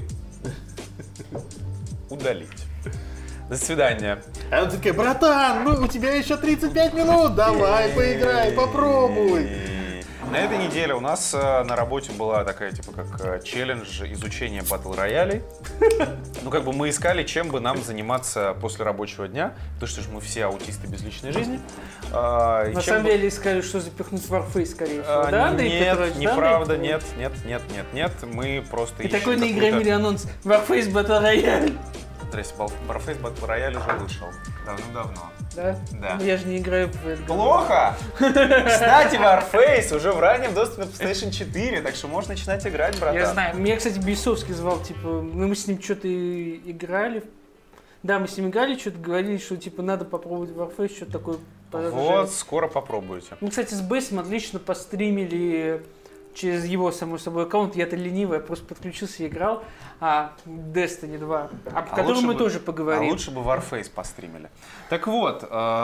удалить. До свидания. А он такой, братан, ну у тебя еще 35 минут, давай поиграй, попробуй. На этой неделе у нас на работе была такая, типа, как челлендж изучения батл-роялей. Ну, как бы мы искали, чем бы нам заниматься после рабочего дня, потому что мы все аутисты без личной жизни. На самом деле искали, что запихнуть в Warface, скорее всего, да, Андрей Петрович? Нет, неправда, нет, мы просто ищем. И такой наиграмили анонс Warface Battle Royale. Здрасте, Warface Battle Royale уже вышел. Давно-давно. Да? Да. Я же не играю в это. Плохо! Кстати, Warface уже в раннем доступе на PlayStation 4, так что можно начинать играть, братан. Я знаю. Меня, кстати, Бейсовский звал, типа, мы с ним что-то играли. Да, мы с ним играли, что-то говорили, что, типа, надо попробовать Warface, что-то такое. Вот, скоро попробуйте. Мы, кстати, с Бейсом отлично постримили через его, само собой, аккаунт. Я-то ленивый, я просто подключился и играл. Destiny 2, о котором мы тоже поговорим. А лучше бы Warface постримили. Так вот,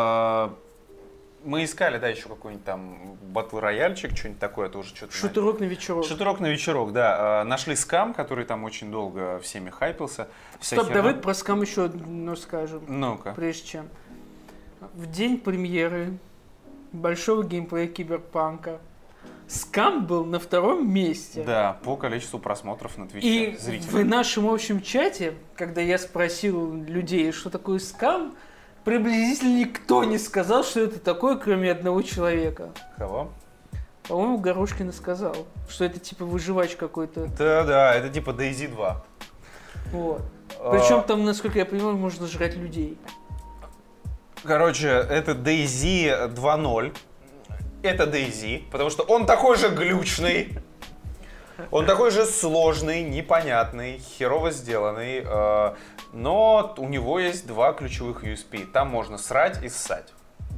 мы искали, да, еще какой-нибудь там батл-рояльчик, что-нибудь такое, это уже что-то... Шутерок на вечерок. Шутерок на вечерок, да. Нашли скам, который там очень долго всеми хайпился. Стоп, давай про скам еще одно скажем. Ну-ка. Прежде чем. В день премьеры большого геймплея Киберпанка скам был на втором месте. Да, по количеству просмотров на Твиче. И в нашем общем чате, когда я спросил людей, что такое скам, приблизительно никто не сказал, что это такое, кроме одного человека. Кого? По-моему, Горошкин сказал, что это типа выживач какой-то. Да, это типа DayZ 2. Вот. Причем там, насколько я понимаю, можно жрать людей. Короче, это DayZ 2.0. Это DayZ, потому что он такой же глючный, он такой же сложный, непонятный, херово сделанный, но у него есть два ключевых USP. Там можно срать и ссать.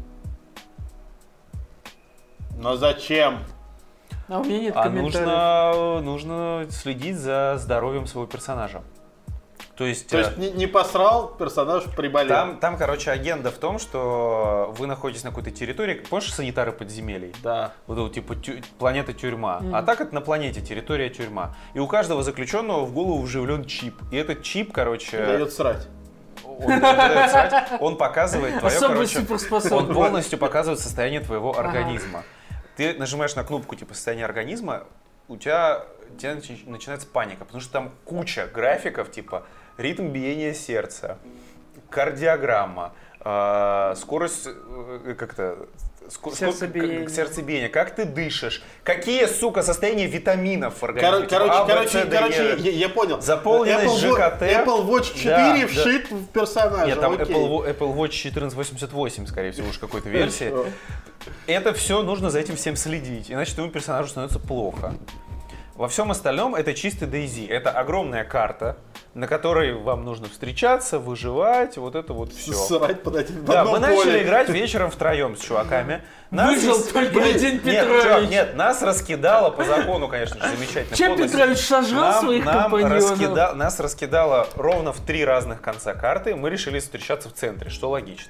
Но зачем? А у меня нет комментариев. Нужно следить за здоровьем своего персонажа. То есть не посрал, персонаж приболел. Там, короче, агенда в том, что вы находитесь на какой-то территории. Помнишь санитары подземелий? Да. Вот это типа планета-тюрьма. А так это на планете территория-тюрьма. И у каждого заключенного в голову вживлен чип. И этот чип, короче... Дает срать. Он показывает твое, короче... Он полностью показывает состояние твоего организма. Ты нажимаешь на кнопку типа состояние организма, у тебя начинается паника, потому что там куча графиков, типа ритм биения сердца, кардиограмма, скорость сердцебиения, как ты дышишь, какие, сука, состояния витаминов в организме. Короче, я понял. Заполненность ЖКТ. Apple Watch 4 вшит в персонажа. Нет, там Apple Watch 1488, скорее всего, уж какой-то версии. Это все нужно за этим всем следить, иначе твоему персонажу становится плохо. Во всем остальном это чистый DayZ. Это огромная карта, на которой вам нужно встречаться, выживать, вот это вот все. Срать под один. Да, мы начали играть вечером втроем с чуваками. Выжил только один Петрович. Нет, нас раскидало по закону, конечно же, замечательно. Чем Петрович сожрал своих компаньонов? Нас раскидало ровно в 3 разных конца карты. Мы решили встречаться в центре, что логично.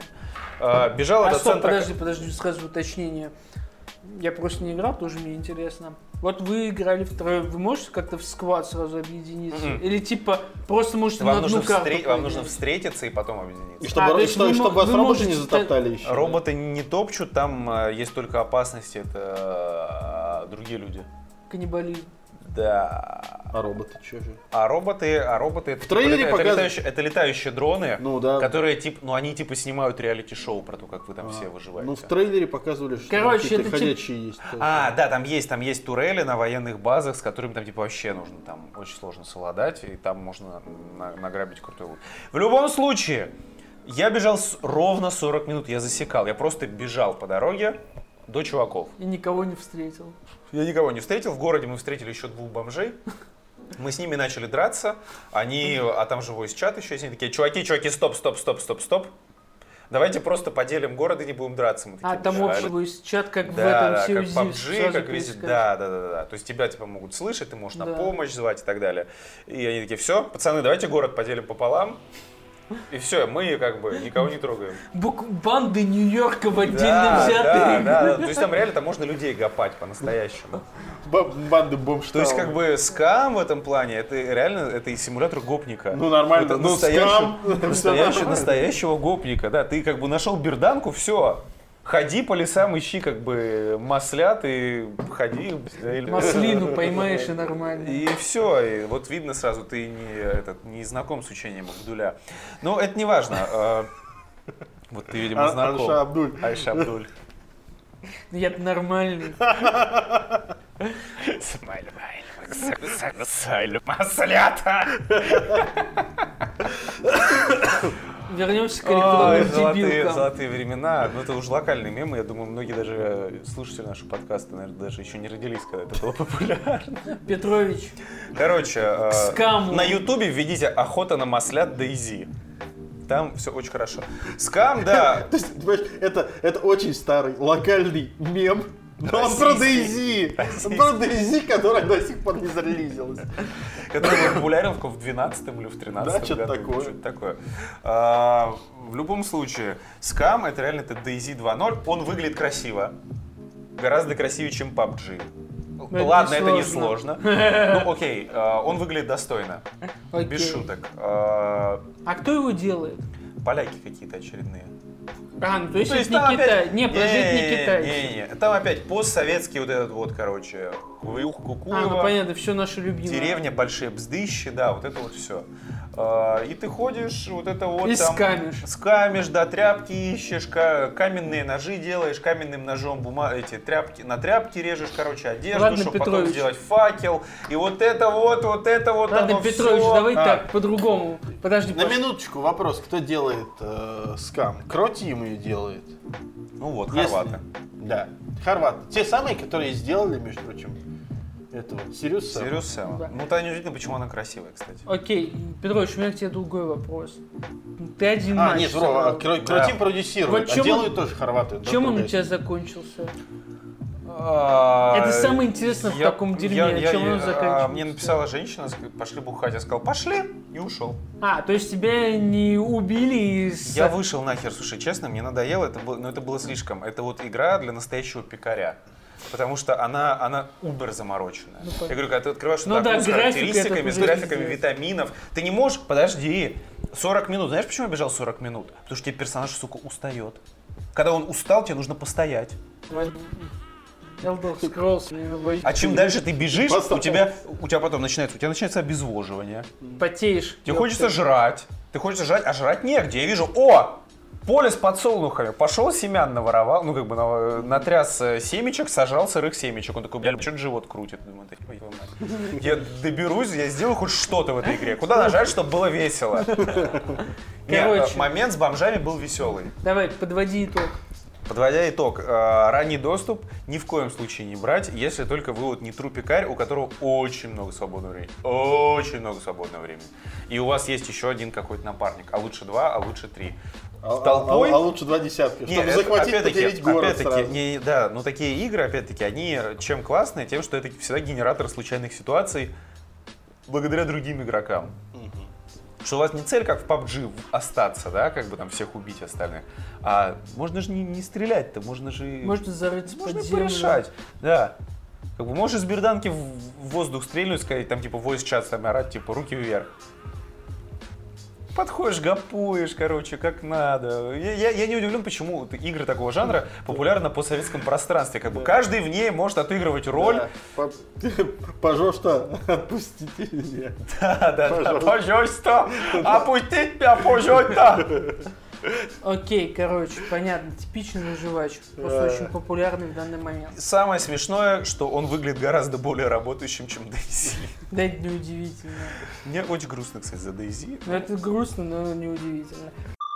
Бежала до центра... Подожди, сразу уточнение. Я просто не играл, тоже мне интересно. Вот вы играли втроем, вы можете как-то в сквад сразу объединиться? Или типа просто можете на одну карту Вам нужно встретиться и потом объединиться. И чтобы вас роботы не затоптали еще. Роботы не топчут, там есть только опасности, это другие люди. Каннибализм. Да. А роботы что же? А роботы в трейлере это летающие дроны, ну, да. которые они снимают реалити-шоу про то, как вы там все выживаете. Ну в трейлере показывали, что какие-то ходячие есть. Да, там есть турели на военных базах, с которыми там вообще нужно, там очень сложно совладать, и там можно награбить крутой лут. В любом случае, я бежал ровно 40 минут, я засекал, я просто бежал по дороге до чуваков. И никого не встретил. Я никого не встретил. В городе мы встретили еще 2 бомжей. Мы с ними начали драться. А там же voice-чат еще есть. Они такие, чуваки, стоп. Давайте просто поделим город и не будем драться. Мы такие, там общий voice-чат, как в этом как COZ. PUBG, как везде. Да. То есть тебя могут слышать, ты можешь на помощь звать и так далее. И они такие, все, пацаны, давайте город поделим пополам. И все, мы никого не трогаем. Банды Нью-Йорка в отдельно взятые. Да. То есть там реально можно людей гопать по-настоящему. Банды бомж. То есть скам в этом плане, это реально и симулятор гопника. Ну нормально, скам. Настоящего гопника, да. Ты нашел берданку, все. Ходи по лесам, ищи маслят и ходи. Маслину поймаешь и нормально. И все, и вот видно сразу, ты не знаком с учением Абдуля. Но это не важно. Вот ты, видимо, знаком. Айша Абдуль. Я нормальный. Маслята. Вернемся к электронным дебилкам. Золотые времена. Ну, это уже локальные мемы. Я думаю, многие даже слушатели нашего подкаста, наверное, даже еще не родились, когда это было популярно. Петрович. Короче, на Ютубе введите «Охота на маслят DayZ». Там все очень хорошо. Скам, да. То есть, понимаешь, это очень старый локальный мем. Но он про DayZ. Про DayZ, которая до сих пор не зарелизилась. Который был популярен в 12-м или в 13-м году. Что-то такое. В любом случае, Scam это реально DayZ 2.0. Он выглядит красиво. Гораздо красивее, чем PUBG. Ладно, это не сложно. Ну окей, он выглядит достойно. Без шуток. А кто его делает? Поляки какие-то очередные. Ну, то есть это не Китай. Не, подожди, это не Китай. Не. Там опять постсоветский Кукуева. Ну понятно, все наше любимое. Деревня, большие бздыщи, да, вот это вот все. И ты ходишь, вот это вот и там... Скамишь, да, тряпки ищешь, каменные ножи делаешь, каменным ножом эти тряпки, на тряпки режешь, одежду, чтобы потом сделать факел. И вот это вот. Ладно, Петрович, давай так, по-другому. Подожди, на минуточку вопрос, кто делает Scam? Кро-Тим ее делает. Ну вот, хорваты. Да, хорваты. Те самые, которые сделали, между прочим, этого Serious Sam. Да. Ну, тогда не удивительно, почему она красивая, кстати. Окей, Петрович, у меня к тебе другой вопрос. Ты один матч. Нет, Кро-Тим продюсирует, вот делают тоже хорваты. Чем он у тебя закончился? Это самое интересное в таком дерьме. Чем он заканчивался? Мне написала женщина, пошли бухать. Я сказал, пошли, и ушел. То есть тебя не убили? Я вышел нахер, слушай, честно, мне надоело, это было слишком. Это вот игра для настоящего пекаря. Потому что она убер замороченная. Я говорю, когда ты открываешь с характеристиками, с графиками витаминов, ты не можешь... Подожди, 40 минут. Знаешь, почему я бежал 40 минут? Потому что тебе персонаж, сука, устает. Когда он устал, тебе нужно постоять. А чем дальше ты бежишь, у тебя потом начинается обезвоживание. Потеешь. Тебе хочется жрать. А жрать негде. Я вижу, поле с подсолнухами. Пошел семян наворовал, натряс семечек, сажал сырых семечек. Он такой, что-то живот крутит. Думаю, я доберусь, я сделаю хоть что-то в этой игре. Куда нажать, чтобы было весело? Нет, момент с бомжами был веселый. Давай, подводи итог. Подводя итог, ранний доступ ни в коем случае не брать, если только вы не тру-пекарь, у которого очень много свободного времени. Очень много свободного времени. И у вас есть еще один какой-то напарник. А лучше 2, а лучше 3. Толпой... А лучше 2 десятка, чтобы захватить, поделить город сразу. Да, но такие игры, опять-таки, они чем классные? Тем, что это всегда генератор случайных ситуаций благодаря другим игрокам. Что у вас не цель, как в PUBG, остаться, да, там всех убить остальных, а можно же не стрелять-то, можно же... Можно зарыться под землю. Порешать, да. Как бы можешь из берданки в воздух стрельнуть, сказать, там типа voice chat, там орать, типа руки вверх. Подходишь, гапуешь, короче, как надо. Я не удивлен, почему игры такого жанра популярны по советском пространстве. Как бы каждый в ней может отыгрывать роль. Да. Пожалуйста, отпустите меня. Да, пожалуйста, опустите меня, пожалуйста. Окей, короче, понятно, типичный выживач, просто очень популярный в данный момент. Самое смешное, что он выглядит гораздо более работающим, чем DayZ. Да, это неудивительно. Мне очень грустно, кстати, за DayZ. Ну, это грустно, но неудивительно.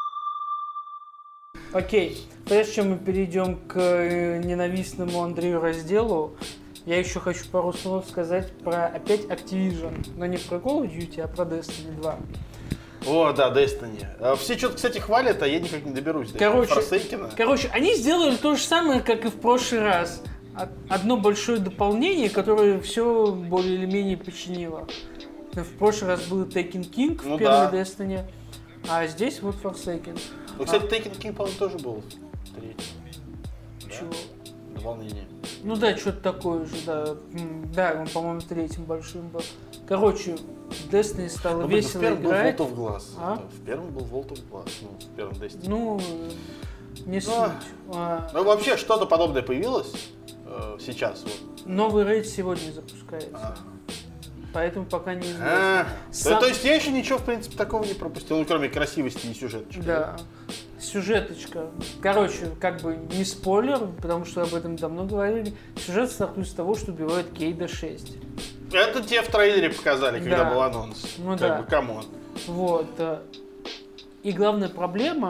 Окей, прежде чем мы перейдем к ненавистному Андрею разделу, я еще хочу пару слов сказать про опять Activision, но не про Call of Duty, а про Destiny 2. О, да, Destiny. Все что-то, кстати, хвалят, а я никак не доберусь до Короче, они сделали то же самое, как и в прошлый раз. Одно большое дополнение, которое все более или менее починило. В прошлый раз был Taken King в первой Destiny, а здесь вот Forsaken. Ну, кстати, Taken King, по-моему, тоже был в третьем. Чего? Дополнение. Ну да, что-то такое же, да. Да, он, по-моему, третьим большим был. Короче, в Destiny стало весело играть. В первом был Vault of Glass. В первом был Vault of Glass, в первом Destiny. Ну, не суть. Ну, вообще, что-то подобное появилось сейчас. Вот. Новый рейд сегодня запускается. Поэтому пока не известно. То есть я еще ничего, в принципе, такого не пропустил, ну, кроме красивости и сюжеточки. Да. Сюжеточка. Короче, как бы не спойлер, потому что об этом давно говорили. Сюжет стартует с того, что убивают Кейда 6. Это тебе в трейлере показали, когда был анонс. Ну как бы, камон. Вот. И главная проблема,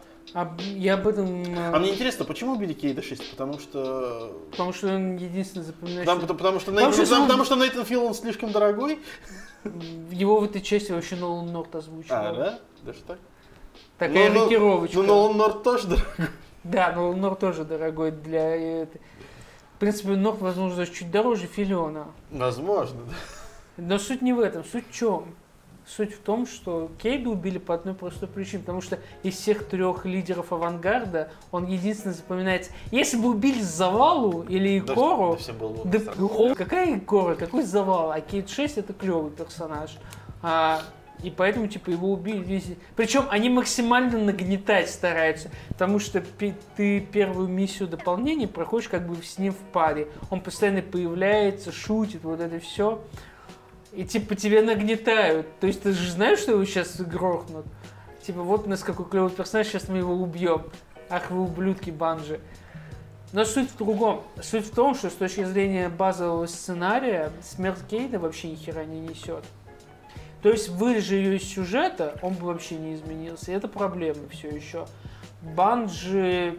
я об этом... А мне интересно, почему убили Кейда 6? Потому что он единственный запоминающий... Потому что Нейтан Филлон слишком дорогой? Его в этой части вообще Нолан Норт озвучил. Да? Даже так? Такая рокировочка. Ну, Нолан Норт тоже дорогой. Да, Нолан Норт тоже дорогой для этой. В принципе, Норт, возможно, чуть дороже Филлиона. Возможно, да. Но суть не в этом. Суть в чем? Суть в том, что Кейда убили по одной простой причине. Потому что из всех трех лидеров авангарда он единственный запоминается. Если бы убили Завалу или Икору... Какая Икора? Какой Завал? А Кейд 6 это клевый персонаж. И поэтому, типа, его убили. Причем они максимально нагнетать стараются. Потому что ты первую миссию дополнения проходишь как бы с ним в паре. Он постоянно появляется, шутит, вот это все. И, типа, тебя нагнетают. То есть ты же знаешь, что его сейчас грохнут? Типа, вот у нас какой клевый персонаж, сейчас мы его убьем. Ах, вы ублюдки, Банжи. Но суть в другом. Суть в том, что с точки зрения базового сценария смерть Кейда вообще ни хера не несет. То есть, вырежи ее из сюжета, он бы вообще не изменился. И это проблема все еще. Банжи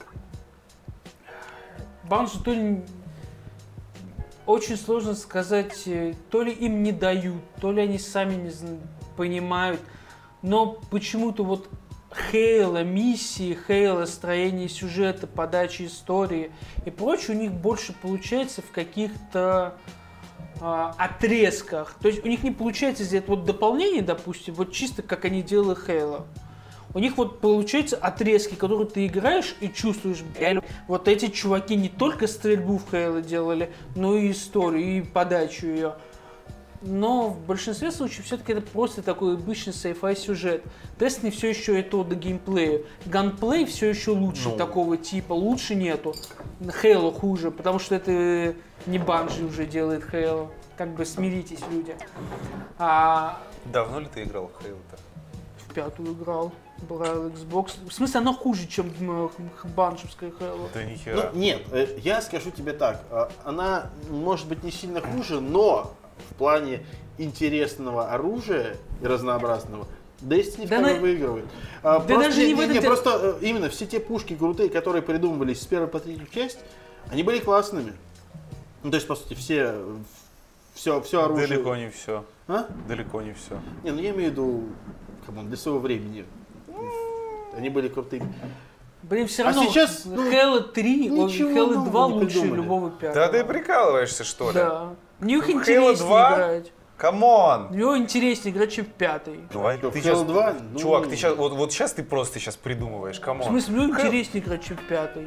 то ли... Очень сложно сказать, то ли им не дают, то ли они сами не понимают. Но почему-то вот Хейла миссии, Хейла строение сюжета, подачи истории и прочее у них больше получается в каких-то отрезках. То есть у них не получается сделать вот дополнение, допустим, вот чисто как они делали Хейла. У них вот получаются отрезки, которые ты играешь и чувствуешь, вот эти чуваки не только стрельбу в Хейла делали, но и историю, и подачу ее. Но в большинстве случаев все-таки это просто такой обычный sci-fi сюжет. Destiny все еще это до геймплея. Ганплей все еще лучше такого типа, лучше нету. Halo хуже, потому что это не Bungie уже делает Halo. Как бы смиритесь, люди. Давно ли ты играл в Halo-то? В пятую играл. Брал Xbox. В смысле, оно хуже, чем банжевская Halo. Да нихера. Ну, нет, я скажу тебе так. Она может быть не сильно хуже, но в плане интересного оружия и разнообразного Destiny второй выигрывает. Просто именно все те пушки крутые, которые придумывались с первой по третью часть, они были классными. Ну, то есть, по сути, все оружие... Далеко не все. Далеко не все. Не, ну я имею в виду, для своего времени. Они были крутыми. Блин, все равно сейчас, Halo 3, Halo 2 лучше любого пятого. Да ты прикалываешься, что ли? Да. В них интереснее играть. Камон! В него интереснее играть, чем в пятый. Ты сейчас, 2? Чувак, ты сейчас, вот сейчас ты просто придумываешь, камон. В смысле, в него интереснее играть, чем в пятый.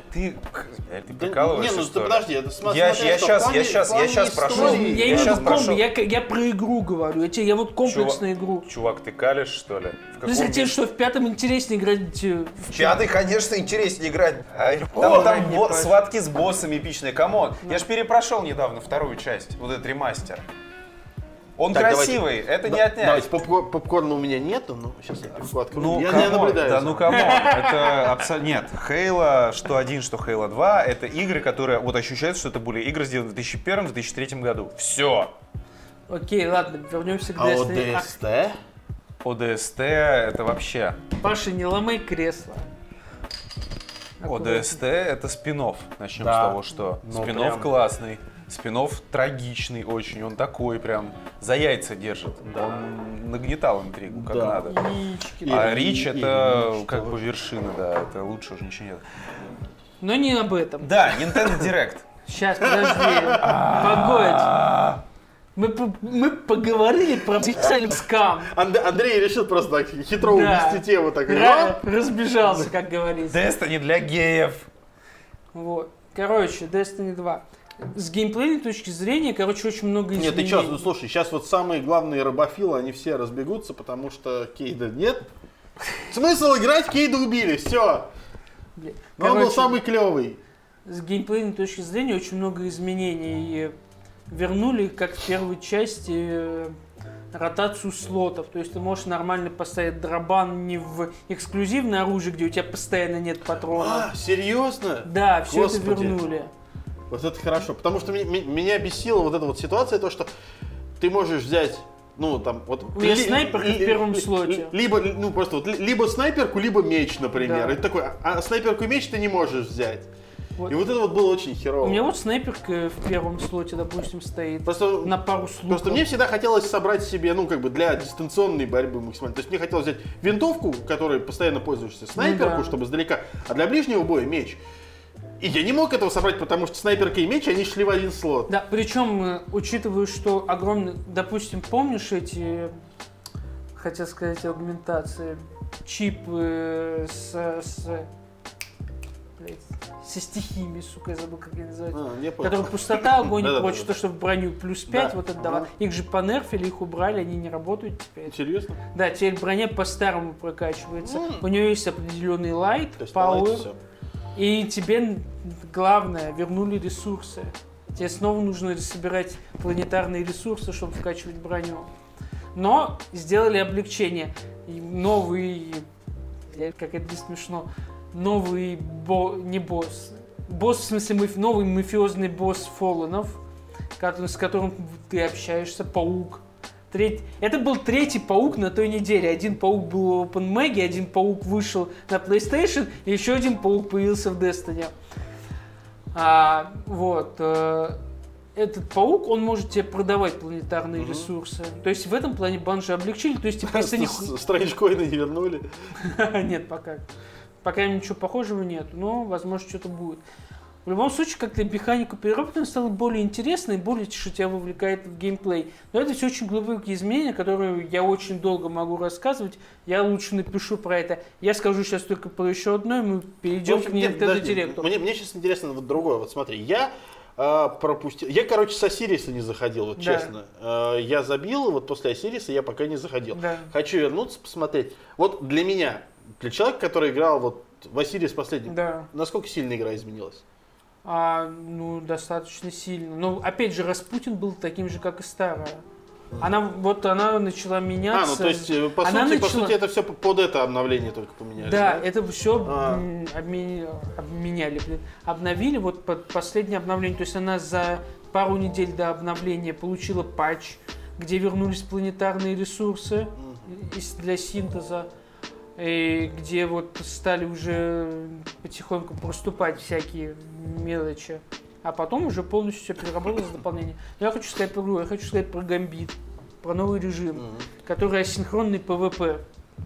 Ты прикалываешься, Не, ну что ты ли? подожди, это Я щас прошу. Я про игру говорю. Я вот комплексную игру. Чувак, ты калишь, что ли? В Ты хотел, что в пятом интереснее играть В пятый, конечно, интереснее играть. О, Там не пойду. схватки с боссами эпичные. Камон. Я ж перепрошел недавно вторую часть. Вот этот ремастер. Он Так, красивый, это не отнять. Давайте, попкорна у меня нету, но сейчас я пивко открою. Ну, Я камон, наблюдаю. да, ну камон, это абсолютно... Нет, Halo, что 1, что Halo 2, это игры, которые... Вот ощущается, что это были игры, сделаны в 2001-2003 году. Все. Окей, ладно, вернемся к А вот Destiny. DST? ODST это вообще... Паша, не ломай кресло. ODST это спин-офф. Начнем Да. с того, что Ну, спин-офф прям. классный. Спин-офф трагичный очень, он такой прям за яйца держит. Да. Он нагнетал интригу, как Да. надо. Яички. А И Рич это Рич как тоже. бы вершина, да, это лучше уже ничего нет. Но не об этом. Да, Nintendo Direct. Сейчас, подожди. Погодь. Мы поговорили про специальный скам. Андрей решил просто так хитро Да. увести тему. Так, Разбежался, как говорится. Destiny для геев. Вот. Короче, Destiny 2. С геймплейной точки зрения, очень много Нет, изменений. ты чё, ну слушай, сейчас вот самые главные рабофилы, они все разбегутся, потому что Кейда нет. Смысл играть, Кейда убили, все. Блин. Но он был Короче, самый клевый. с геймплейной точки зрения очень много изменений. И вернули, как в первой части, ротацию слотов. То есть ты можешь нормально поставить дробан не в эксклюзивное оружие, где у тебя постоянно нет патронов. А, серьезно? Да, все это Господи. вернули. Вот это хорошо, потому что меня бесила вот эта вот ситуация, то, что ты можешь взять, ну, там, вот... У меня снайперка в первом слоте. Либо, ну, просто вот, либо снайперку, либо меч, например. Да. И ты такой, а снайперку и меч ты не можешь взять. Вот. И вот это вот было очень херово. У меня вот снайперка в первом слоте, допустим, стоит. Просто, На пару с луком. просто мне всегда хотелось собрать себе, ну, как бы для дистанционной борьбы максимально. То есть мне хотелось взять винтовку, которой постоянно пользуешься, снайперку, да. чтобы издалека, а для ближнего боя меч. И я не мог этого собрать, потому что снайперка и меч, они шли в один слот. Да, причем, учитывая, что огромный, допустим, помнишь эти, хотел сказать, аугментации, чипы со стихиями, сука, я забыл, как они называются. Не понял. Которые пустота, огонь и Да-да-да. прочее, то, что в броню плюс 5, Да. вот это давало. Их же понерфили, их убрали, они не работают теперь. Серьезно? Да, теперь броня по-старому прокачивается. У нее есть определенный лайт, То есть power, все. и тебе, главное, вернули ресурсы. Тебе снова нужно собирать планетарные ресурсы, чтобы вкачивать броню. Но сделали облегчение. И новый, как это не смешно, новый не босс. Босс, в смысле, новый мафиозный босс Фолленов, с которым ты общаешься, паук. Это был третий паук на той неделе. Один паук был в OpenMag, один паук вышел на PlayStation, и еще один паук появился в Destiny. Этот паук, он может тебе продавать планетарные ресурсы. То есть в этом плане банжи облегчили. То есть, если не... Стрэнджкоины не вернули. Нет, пока. Пока ничего похожего нет, но, возможно, что-то будет. В любом случае, как-то механику переработки стала более интересной, более, что тебя вовлекает в геймплей. Но это все очень глубокие изменения, которые я очень долго могу рассказывать. Я лучше напишу про это. Я скажу сейчас только про еще одно, и мы перейдем к Nintendo Direct. Мне сейчас интересно вот другое. Вот смотри, я пропустил. Я, короче, с Осириса не заходил, вот Да. честно. Я забил, вот после Осириса я пока не заходил. Да. Хочу вернуться, посмотреть. Вот для меня, для человека, который играл вот в Осирис последний, Да. насколько сильно игра изменилась? Достаточно сильно. Но, опять же, Распутин был таким же, как и старая. Она начала меняться. То есть, по сути, это все под это обновление только поменяли. Да, это все обменяли, обновили вот под последнее обновление. То есть она за пару недель до обновления получила патч, где вернулись планетарные ресурсы для синтеза, и где вот стали уже потихоньку проступать всякие мелочи. А потом уже полностью все переработалось в дополнение. Но я хочу сказать про игру, я хочу сказать про Гамбит, про новый режим, который асинхронный PvP.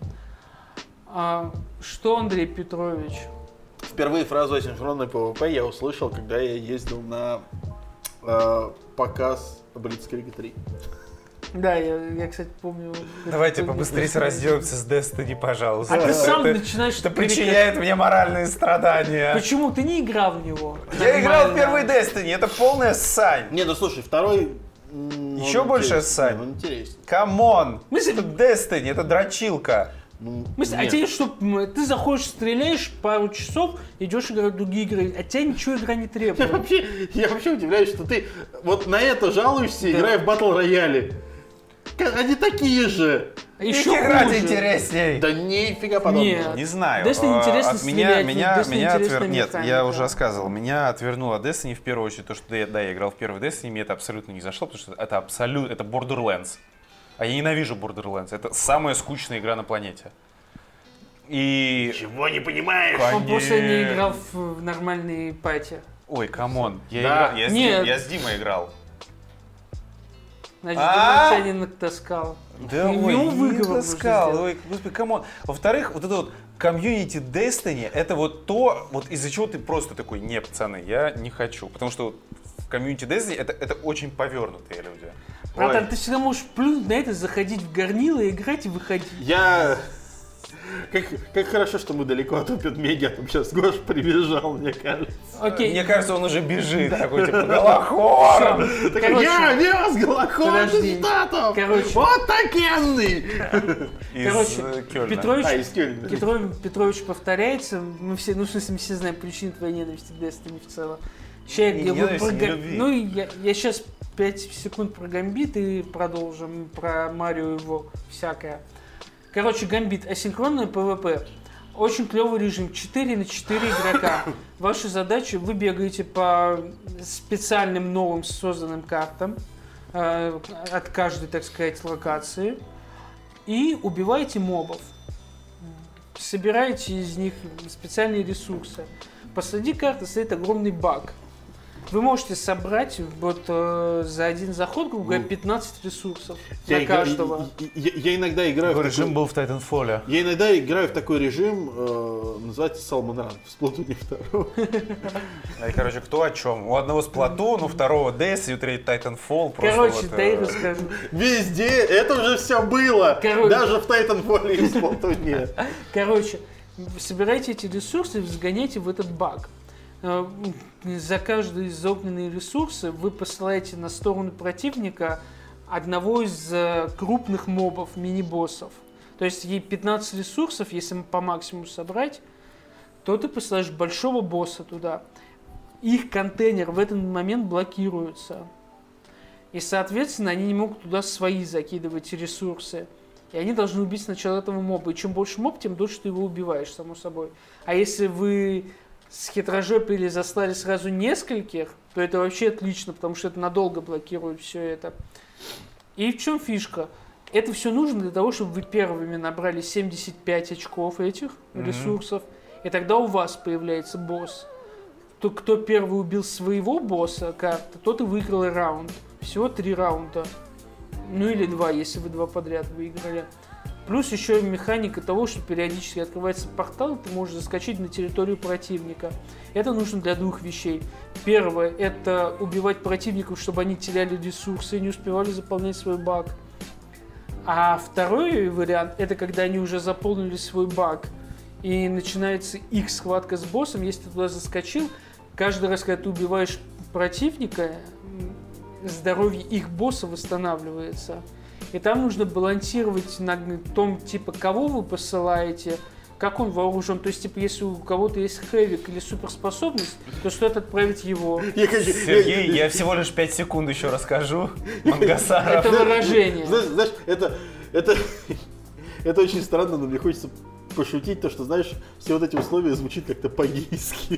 Что, Андрей Петрович? Впервые фразу асинхронный PvP я услышал, когда я ездил на показ Blitzkrieg 3. Да, я, кстати, помню. Давайте побыстрее разделаемся с Destiny, пожалуйста. А ты сам начинаешь... Это причиняет мне моральные страдания. Почему? Ты не играл в него. Я играл в первый Destiny, это полная ссань. Не, ну слушай, второй... Еще больше ссань. Он интереснее. Камон! Мысль- Это Destiny, это дрочилка. А тебе что, ты заходишь, стреляешь пару часов, идешь играть в другие игры, от тебя ничего игра не требует. Я вообще удивляюсь, что ты вот на это жалуешься, играя в батл рояле. Они такие же. Еще играть хуже. интересней. Да нифига подобного. Нет. Не знаю. Destiny интересно От стрелять, меня Destiny интересная Нет, механика. я уже рассказывал. Меня отвернуло от Destiny в первую очередь то, что я играл в первый Destiny, мне это абсолютно не зашло, потому что это абсолютно, это Borderlands. А я ненавижу Borderlands. Это самая скучная игра на планете. И... Чего не понимаешь? Он просто не играл в нормальные пати. Ой, камон. Да. Я с Димой играл. Значит, Димончанин натаскал. Да, И ой, ему не выговор нужно таскал. сделать. Ой, господи, камон. Во-вторых, вот это вот комьюнити Destiny, это вот то, вот из-за чего ты просто такой, не, пацаны, я не хочу. Потому что в комьюнити Destiny это очень повернутые люди. Братан, Ой. ты всегда можешь плюнуть на это, заходить в горнило, играть и выходить. Я... Как хорошо, что мы далеко от Open Media, там сейчас Гош прибежал, мне кажется. Окей. Мне кажется, он уже бежит, такой, типа, голохором. Такой, я вез Голоход подожди. из Штатов! Короче. Вот такенный! Из Короче, Кёльна. Петрович, из Кёльна. Петрович повторяется. Мы все, ну, в смысле, мы все знаем причину твоей ненависти к Destiny в целом. Сейчас Не ненависти, не любви. Ну, я сейчас 5 секунд про Гамбит и продолжим про Марио и его всякое. Короче, Гамбит, асинхронное PvP. Очень клевый режим, 4 на 4 игрока. Ваша задача, вы бегаете по специальным новым созданным картам от каждой, так сказать, локации и убиваете мобов. Собираете из них специальные ресурсы. Посреди карты стоит огромный баг. Вы можете собрать вот за один заход, грубо говоря, 15 ресурсов на каждого. Я иногда играю в Режим такой... был в Titanfall. Я иногда играю в такой режим, называется Salmon Run, в Splatoon 2. И, короче, кто о чем? У одного Splatoon, у второго Destiny, у третьего Titanfall. Просто Короче, вот, дай расскажу. Везде это уже все было, Короче. даже в Titanfall и в Splatoon. Короче, собирайте эти ресурсы и загоняйте в этот баг. За каждые из огненные ресурсы вы посылаете на сторону противника одного из крупных мобов, мини-боссов. То есть ей 15 ресурсов, если по максимуму собрать, то ты посылаешь большого босса туда. Их контейнер в этот момент блокируется. И, соответственно, они не могут туда свои закидывать ресурсы. И они должны убить сначала этого моба. И чем больше моб, тем дольше ты его убиваешь, само собой. А если вы схитрожопили, заслали сразу нескольких, то это вообще отлично, потому что это надолго блокирует все это. И в чем фишка? Это все нужно для того, чтобы вы первыми набрали 75 очков этих ресурсов, и тогда у вас появляется босс. Кто первый убил своего босса карты, тот и выиграл раунд. Всего 3 раунда. Ну или 2, если вы 2 подряд выиграли. Плюс еще механика того, что периодически открывается портал, ты можешь заскочить на территорию противника. Это нужно для 2 вещей. Первое – это убивать противников, чтобы они теряли ресурсы и не успевали заполнять свой баг. А второй вариант – это когда они уже заполнили свой баг, и начинается их схватка с боссом. Если ты туда заскочил, каждый раз, когда ты убиваешь противника, здоровье их босса восстанавливается. И там нужно балансировать на том, типа, кого вы посылаете, как он вооружен. То есть, типа, если у кого-то есть хэвик или суперспособность, то стоит отправить его. Сергей, я всего лишь 5 секунд еще расскажу. Мангасаров. Это выражение. Знаешь, это очень странно, но мне хочется пошутить, то, что, знаешь, все вот эти условия звучат как-то по-гейски.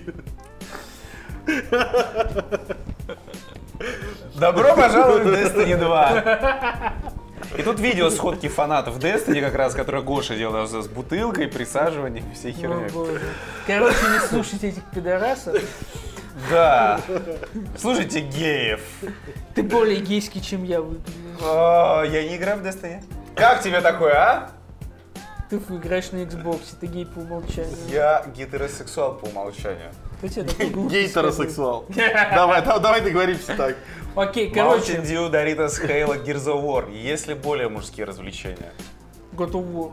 Добро пожаловать в Destiny 2. И тут видео сходки фанатов Destiny, как раз, которое Гоша делал с бутылкой, присаживанием, всей херней. Короче, не слушайте этих пидорасов. Да. Слушайте геев. Ты более гейский, чем я выгляжу. Я не играю в Destiny. Как тебе такое, а? Ты играешь на Xbox, ты гей по умолчанию. Я гетеросексуал по умолчанию. Кто тебе такой глупый Гейтеросексуал. Давай договоримся так. сказал? Окей, Короче, короче, Dew, Doritos, Halo, Gears of War. Есть ли более мужские развлечения? God of War.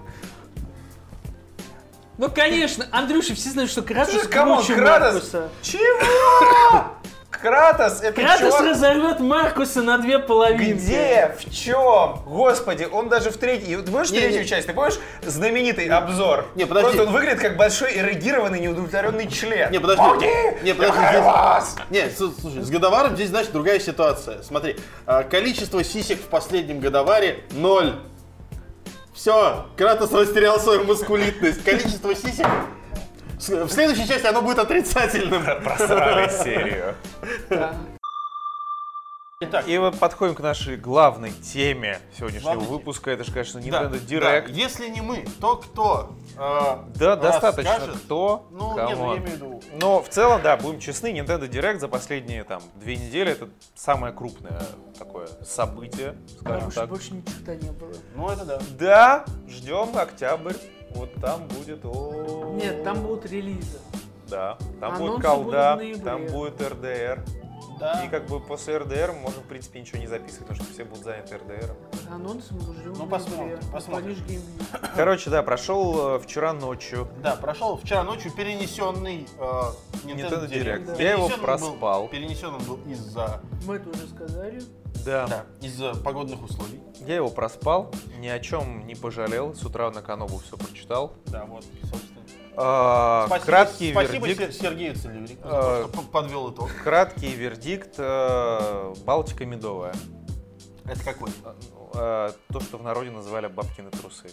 Ну, конечно, Андрюша, все знают, что Кратос Слушай, камон, круче Кратос? Маркуса. Чего? Кратос, это Кратос чувак- разорвет Маркуса на две половинки. Где? В чем? Господи, он даже в третьей... Ты помнишь третью часть? Ты помнишь знаменитый обзор? Не, подожди. Просто он выглядит как большой эрегированный неудовлетворенный член. Не, подожди. Боги! Не, подожди. Я здесь- вас! Не, слушай, с Годоваром здесь, значит, другая ситуация. Смотри, количество сисек в последнем Годоваре 0. Все, Кратос растерял свою маскулитность. Количество сисек... В следующей части оно будет отрицательным. Просрали серию. Да. Итак, И вот подходим к нашей главной теме сегодняшнего Главной выпуска. Это же, конечно, да, Nintendo да, Direct. если не мы, то кто? Да, достаточно расскажет? кто, Ну, кому. не, ну я имею в виду. Но в целом, да, будем честны, Nintendo Direct за последние там 2 недели это самое крупное такое событие, скажем Потому что так. больше ничего не было. Ну, это да. Да, ждем октябрь. Вот там будет Нет, там будут релизы. Да, там Анонсы будет колда, будут в ноябре. там будет РДР. Да. И как бы после РДР мы можем, в принципе, ничего не записывать, потому что все будут заняты РДРом. Анонсы мы ждем. Ну, в посмотрим, ноябре. посмотрим. Париж Game Week. Короче, да, прошел вчера ночью Да, прошел вчера ночью перенесенный Nintendo Direct. Да. Я его Перенесен он проспал. Перенесен он был из-за Мы это уже сказали. Да. из-за погодных условий. Я его проспал, ни о чем не пожалел. С утра на Канобу все прочитал. Да, вот, собственно. Краткий Спасибо вердикт. Сергею Целеврику за то, что подвел итог. Краткий вердикт. Балтика медовая. Это какой? То, что в народе называли бабкины трусы.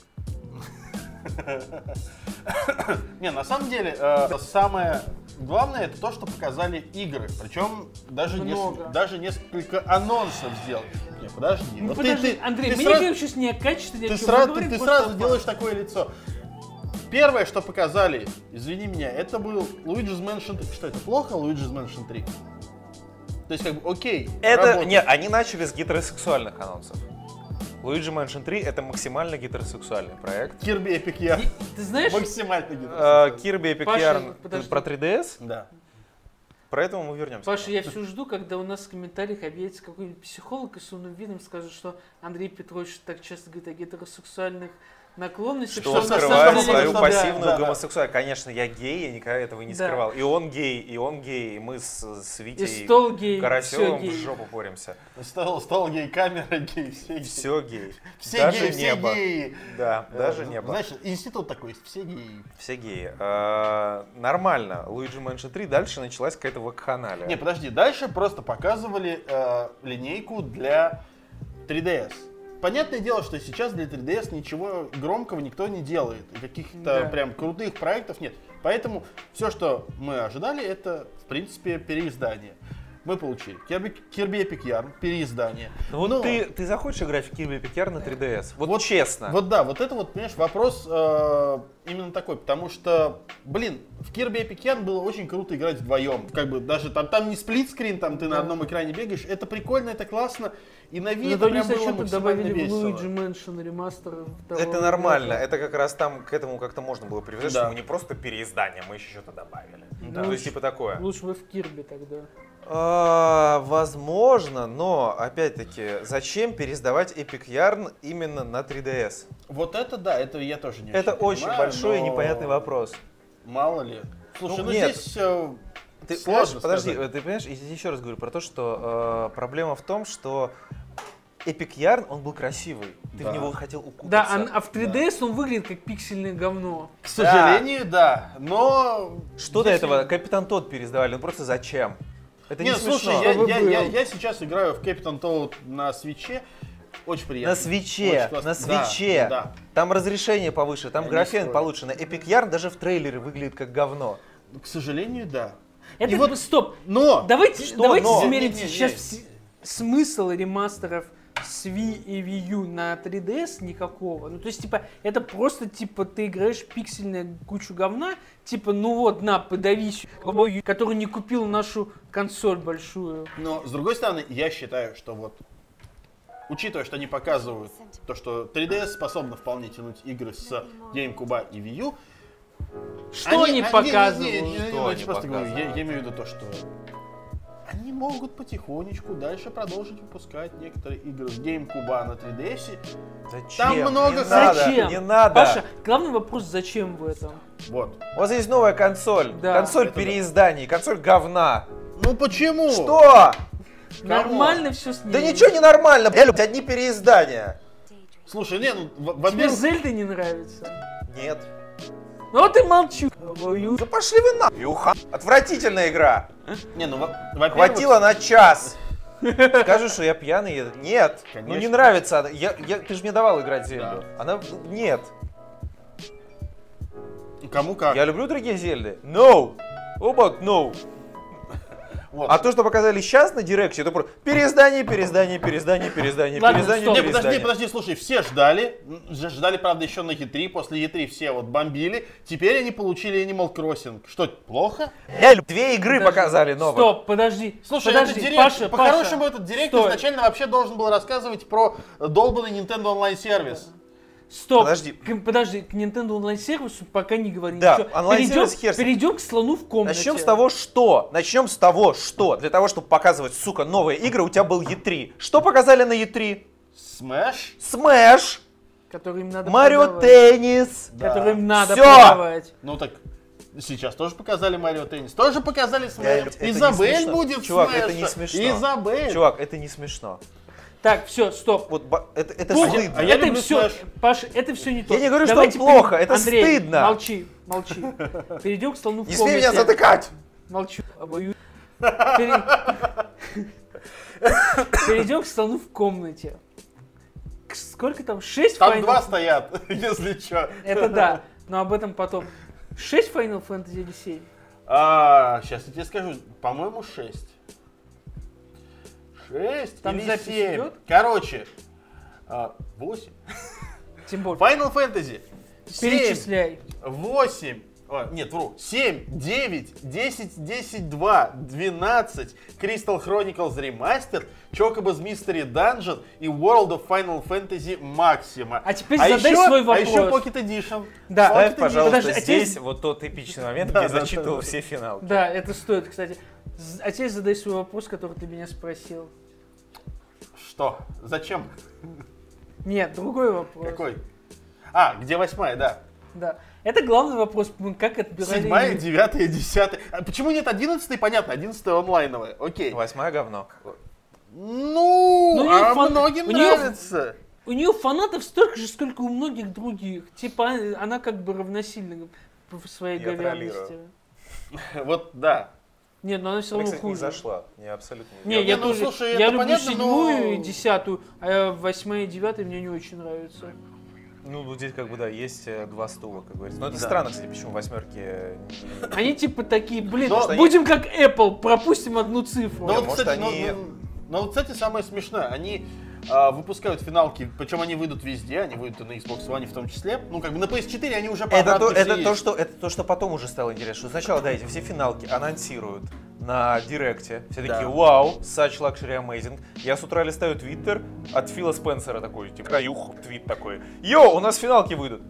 Не, на самом деле, самое главное это то, что показали игры. Причем даже, Много. даже несколько анонсов сделали. Не, подожди. Ну, Вот подожди, Андрей, мы не сразу- говорим сейчас ни о качестве, ни о Ты чем. сразу, Мы говорим ты просто сразу о делаешь фактах. такое лицо. Первое, что показали, извини меня, это был Luigi's Mansion 3. Что это, плохо, Luigi's Mansion 3? То есть, как бы, окей, Это, работает. нет, они начали с гетеросексуальных анонсов. Luigi Mansion 3 это максимально гетеросексуальный проект. Kirby Epic Yarn. Ты знаешь, Максимально гетеросексуальный. Kirby Epic Паша, Yarn подожди. про 3DS, Да. про это мы вернемся. Паша, я все жду, когда у нас в комментариях объявится какой-нибудь психолог и с умным видом скажет, что Андрей Петрович так часто говорит о гетеросексуальных наклонностях, Что он на скрывает самом деле свою да, пассивную да. гомосексуальность. Конечно, я гей, я никогда этого не Да. скрывал. И он гей, и мы с И Витей стол гей, Карасевым все в гей. жопу боремся. Стол гей, камера гей, все гей. Все гей. Все Даже геи, все небо. геи. Да, даже Ну, небо. Знаешь, институт такой есть, все геи. Все геи. Нормально. Luigi Mansion 3, дальше началась какая-то вакханалия. Не, подожди, дальше просто показывали линейку для 3DS. Понятное дело, что сейчас для 3DS ничего громкого никто не делает. И каких-то Да. прям крутых проектов нет. Поэтому все, что мы ожидали, это, в принципе, переиздание. Мы получили Kirby Epic Yarn, переиздание. Ну вот Но- ты захочешь играть в Kirby Epic Yarn на 3DS? Вот честно. Вот да, вот это вот, понимаешь, вопрос именно такой, потому что, блин, в Kirby Epic Yarn было очень круто играть вдвоем. Как бы даже там не сплитскрин, там ты на одном экране бегаешь. Это прикольно, это классно. И на Wii это Зато прям было зачем максимально добавили в весело. Luigi Mansion ремастер. Это нормально. Это как раз там к этому как-то можно было привязать, Да. что мы не просто переиздание, мы еще что-то добавили. Да. То есть типа такое. Лучше бы в Кирби тогда. Возможно, но опять-таки, зачем переиздавать Epic Yarn именно на 3DS? Вот это да, это я тоже не Это очень понимаю, большой и но непонятный вопрос. Мало ли. Слушай, ну, нет. здесь Ты сложно понимаешь, подожди, сказать. ты понимаешь, я еще раз говорю про то, что проблема в том, что Epic Yarn, он был красивый. Ты Да. в него хотел укутаться. Да, а в 3DS он выглядит как пиксельное говно. К сожалению, да. Но Что до здесь этого? Капитан Тодд переиздавали, ну просто зачем? Это не Нет, слушай, смешно. я, Чтобы я- был. я сейчас играю в Captain Toad на свече. Очень приятно. На свече, Очень классно. на свече. Да, да. Там разрешение повыше, там Я не графен спорю. получше. На Epic Yarn даже в трейлере выглядит как говно. К сожалению, да. Это И вот- стоп. Но! Давайте Что но? измерим Не, сейчас есть. смысл ремастеров с Wii и Wii U на 3DS никакого. Ну, то есть, типа, это просто, типа, ты играешь пиксельную кучу говна, типа, ну вот, на, подавись, который не купил нашу консоль большую. Но, с другой стороны, я считаю, что вот, учитывая, что они показывают то, что 3DS способна вполне тянуть игры с GameCube и Wii U, Что они показывают? Я они просто говорю, я показывают? имею в виду то, что они могут потихонечку дальше продолжить выпускать некоторые игры с GameCube на 3DS. Зачем? Там много Не надо, Зачем? не надо. Паша, главный вопрос, зачем в этом? Вот. У вас есть новая консоль. Да. Консоль Это да. переизданий, консоль говна. Ну почему? Что? Нормально все с ней. Да ничего не нормально, блядь, одни переиздания. Слушай, не, ну, Тебе во-первых, Зельда не нравится? Нет. Ну вот и молчу. Да пошли вы на. Юха. Отвратительная игра. не, ну, во-первых, Хватило на час. Скажи, что я пьяный? Нет. Ну не Конечно. нравится она. Ты же мне давал играть в Зельду. Она... Нет. кому как. Я люблю другие Зельды. No. About no. Вот. А А то, что показали сейчас на Директе, это просто переиздание, переиздание, переиздание, переиздание, Ладно, переиздание, стоп. Не, переиздание. подожди, слушай, все ждали, правда, еще на E3, после E3 все вот бомбили, теперь они получили Animal Crossing. Что, плохо? Две игры Подожди. показали новые. Стоп, подожди. Слушай, подожди, этот директ, Паша, по-хорошему Паша, этот директ стой. изначально вообще должен был рассказывать про долбанный Nintendo онлайн-сервис. Стоп, Подожди. Подожди. к Nintendo онлайн-сервису пока не говорим. Да, ничего. онлайн-сервис хер с ним. Перейдем к слону в комнате. Начнем с того, что. Для того, чтобы показывать, сука, новые игры, у тебя был E3. Что показали на E3? Smash? Смэш, Который им надо Марио продавать. Теннис. Который им надо Всё. продавать. Ну так, сейчас тоже показали Марио Теннис, тоже показали Это Smash. не Изабель смешно. будет Чувак, Smash. это не смешно. Изабель. Чувак, это не смешно. Так, все, стоп. Вот это Пусть- стыдно. а я это люблю все, Smash. Паша, это все не то. Я не говорю, что Давайте он плохо, это Андрей, стыдно. Молчи. Перейдем к слону в Не комнате. смей меня затыкать! Молчу. Обою. Перейдем к слону в комнате. Сколько там? 6 Там Final... 2 стоят, если что. Это да, но об этом потом. 6 Final Fantasy или 7? Сейчас я тебе скажу, по-моему, 6. 6 Там или запись 7. идет? Короче, 8. Тем более. Final Fantasy 7, Перечисляй. 8, нет, вру, 7, 9, 10, 10, 2, 12, Crystal Chronicles Remastered, Chocobo's Mystery Dungeon и World of Final Fantasy Maxima. А теперь задай свой вопрос. А еще Pocket Edition. Да. Ставь, Pocket пожалуйста, Подожди, а теперь- здесь вот тот эпичный момент, Да, где да, зачитывал да. все финалы. Да, это стоит, кстати. А теперь задай свой вопрос, который ты меня спросил. Что? Зачем? Нет, другой вопрос. Какой? Где 8, да. Да. Это главный вопрос, мы как отбирали... 7, 9, 10. А почему нет 11? Понятно, 11 онлайновая. Окей. 8 говно. Ну, Ну, у неё фан- многим у неё- нравится. У нее фанатов столько же, сколько у многих других. Типа, она как бы равносильна в своей Я говядности. Вот, да. Нет, но она все Мне, равно кстати, не хуже. зашла. Мне абсолютно не Не, я ну, тоже. слушай, я это люблю понятно, 7 и но- 10, а 8 и 9 мне не очень нравятся. Ну, вот здесь как бы, да, есть два стула, как говорится. Но это Да. странно, кстати, почему восьмерки... Они типа такие, блин, Но- будем как Apple, пропустим одну цифру. Ну, вот, может, кстати, они- ну, вот, кстати, самое смешное, они выпускают финалки, причем они выйдут везде, они выйдут и на Xbox One в том числе. Ну, как бы на PS4 они уже по обратке все есть. Это то, что потом уже стало интересно. Что сначала, да, эти все финалки анонсируют на Директе. Все такие, Да. вау, such luxury amazing. Я с утра листаю Твиттер от Фила Спенсера такой, типа, твит такой. Йоу, у нас финалки выйдут.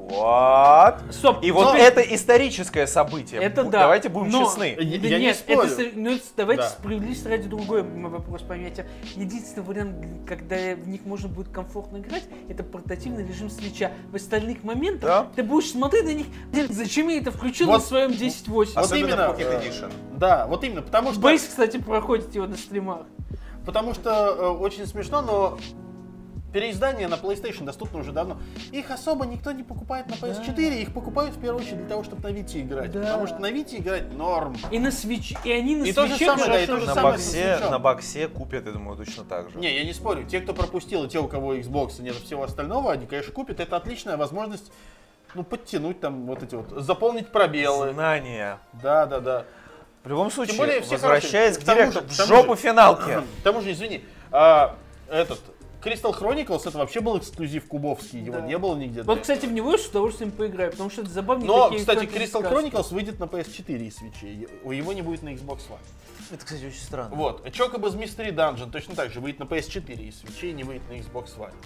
What? Стоп, И вот но- это историческое событие. Это да. Давайте будем но- честны. Да Я не нет, спорю. давайте Да. справедливости ради другой вопрос поймете. Единственный вариант, когда в них можно будет комфортно играть, это портативный режим свеча. В остальных моментах Да. ты будешь смотреть на них, зачем я это включил Вот- на своем 10.8. Вот Особенно именно, Pocket Edition. Да, вот именно, потому что... Бейс, кстати, проходит его на стримах. Потому что очень смешно, но переиздания на PlayStation доступны уже давно. Их особо никто не покупает на PS4, их покупают в первую очередь для того, чтобы на Вите играть. Да. Потому что на Вите играть норм. И на свич, и они на И то же свече самое, да, и хорошо то же На самое работают. с боксе, Switch'ом. на боксе купят, я думаю, точно так же. Не, я не спорю. Те, кто пропустил, и те, у кого Xbox и нет всего остального, они, конечно, купят. Это отличная возможность, ну, подтянуть там вот эти вот, заполнить пробелы. Знания. Да, да, да. В любом случае, более все возвращаясь к хорошие. К директу, тому в же- жопу финалки. К тому же, извини, этот Crystal Chronicles это вообще был эксклюзив кубовский, его Да. не было нигде. Вот, кстати, в него я с удовольствием поиграю, потому что это забавнее Но, такие кстати, фэнтези Crystal сказки. Chronicles выйдет на PS4 и свечей. Его не будет на Xbox One. Это, кстати, очень странно. Вот. Chocobo's Mystery Dungeon точно так же выйдет на PS4 и свечей, не выйдет на Xbox One.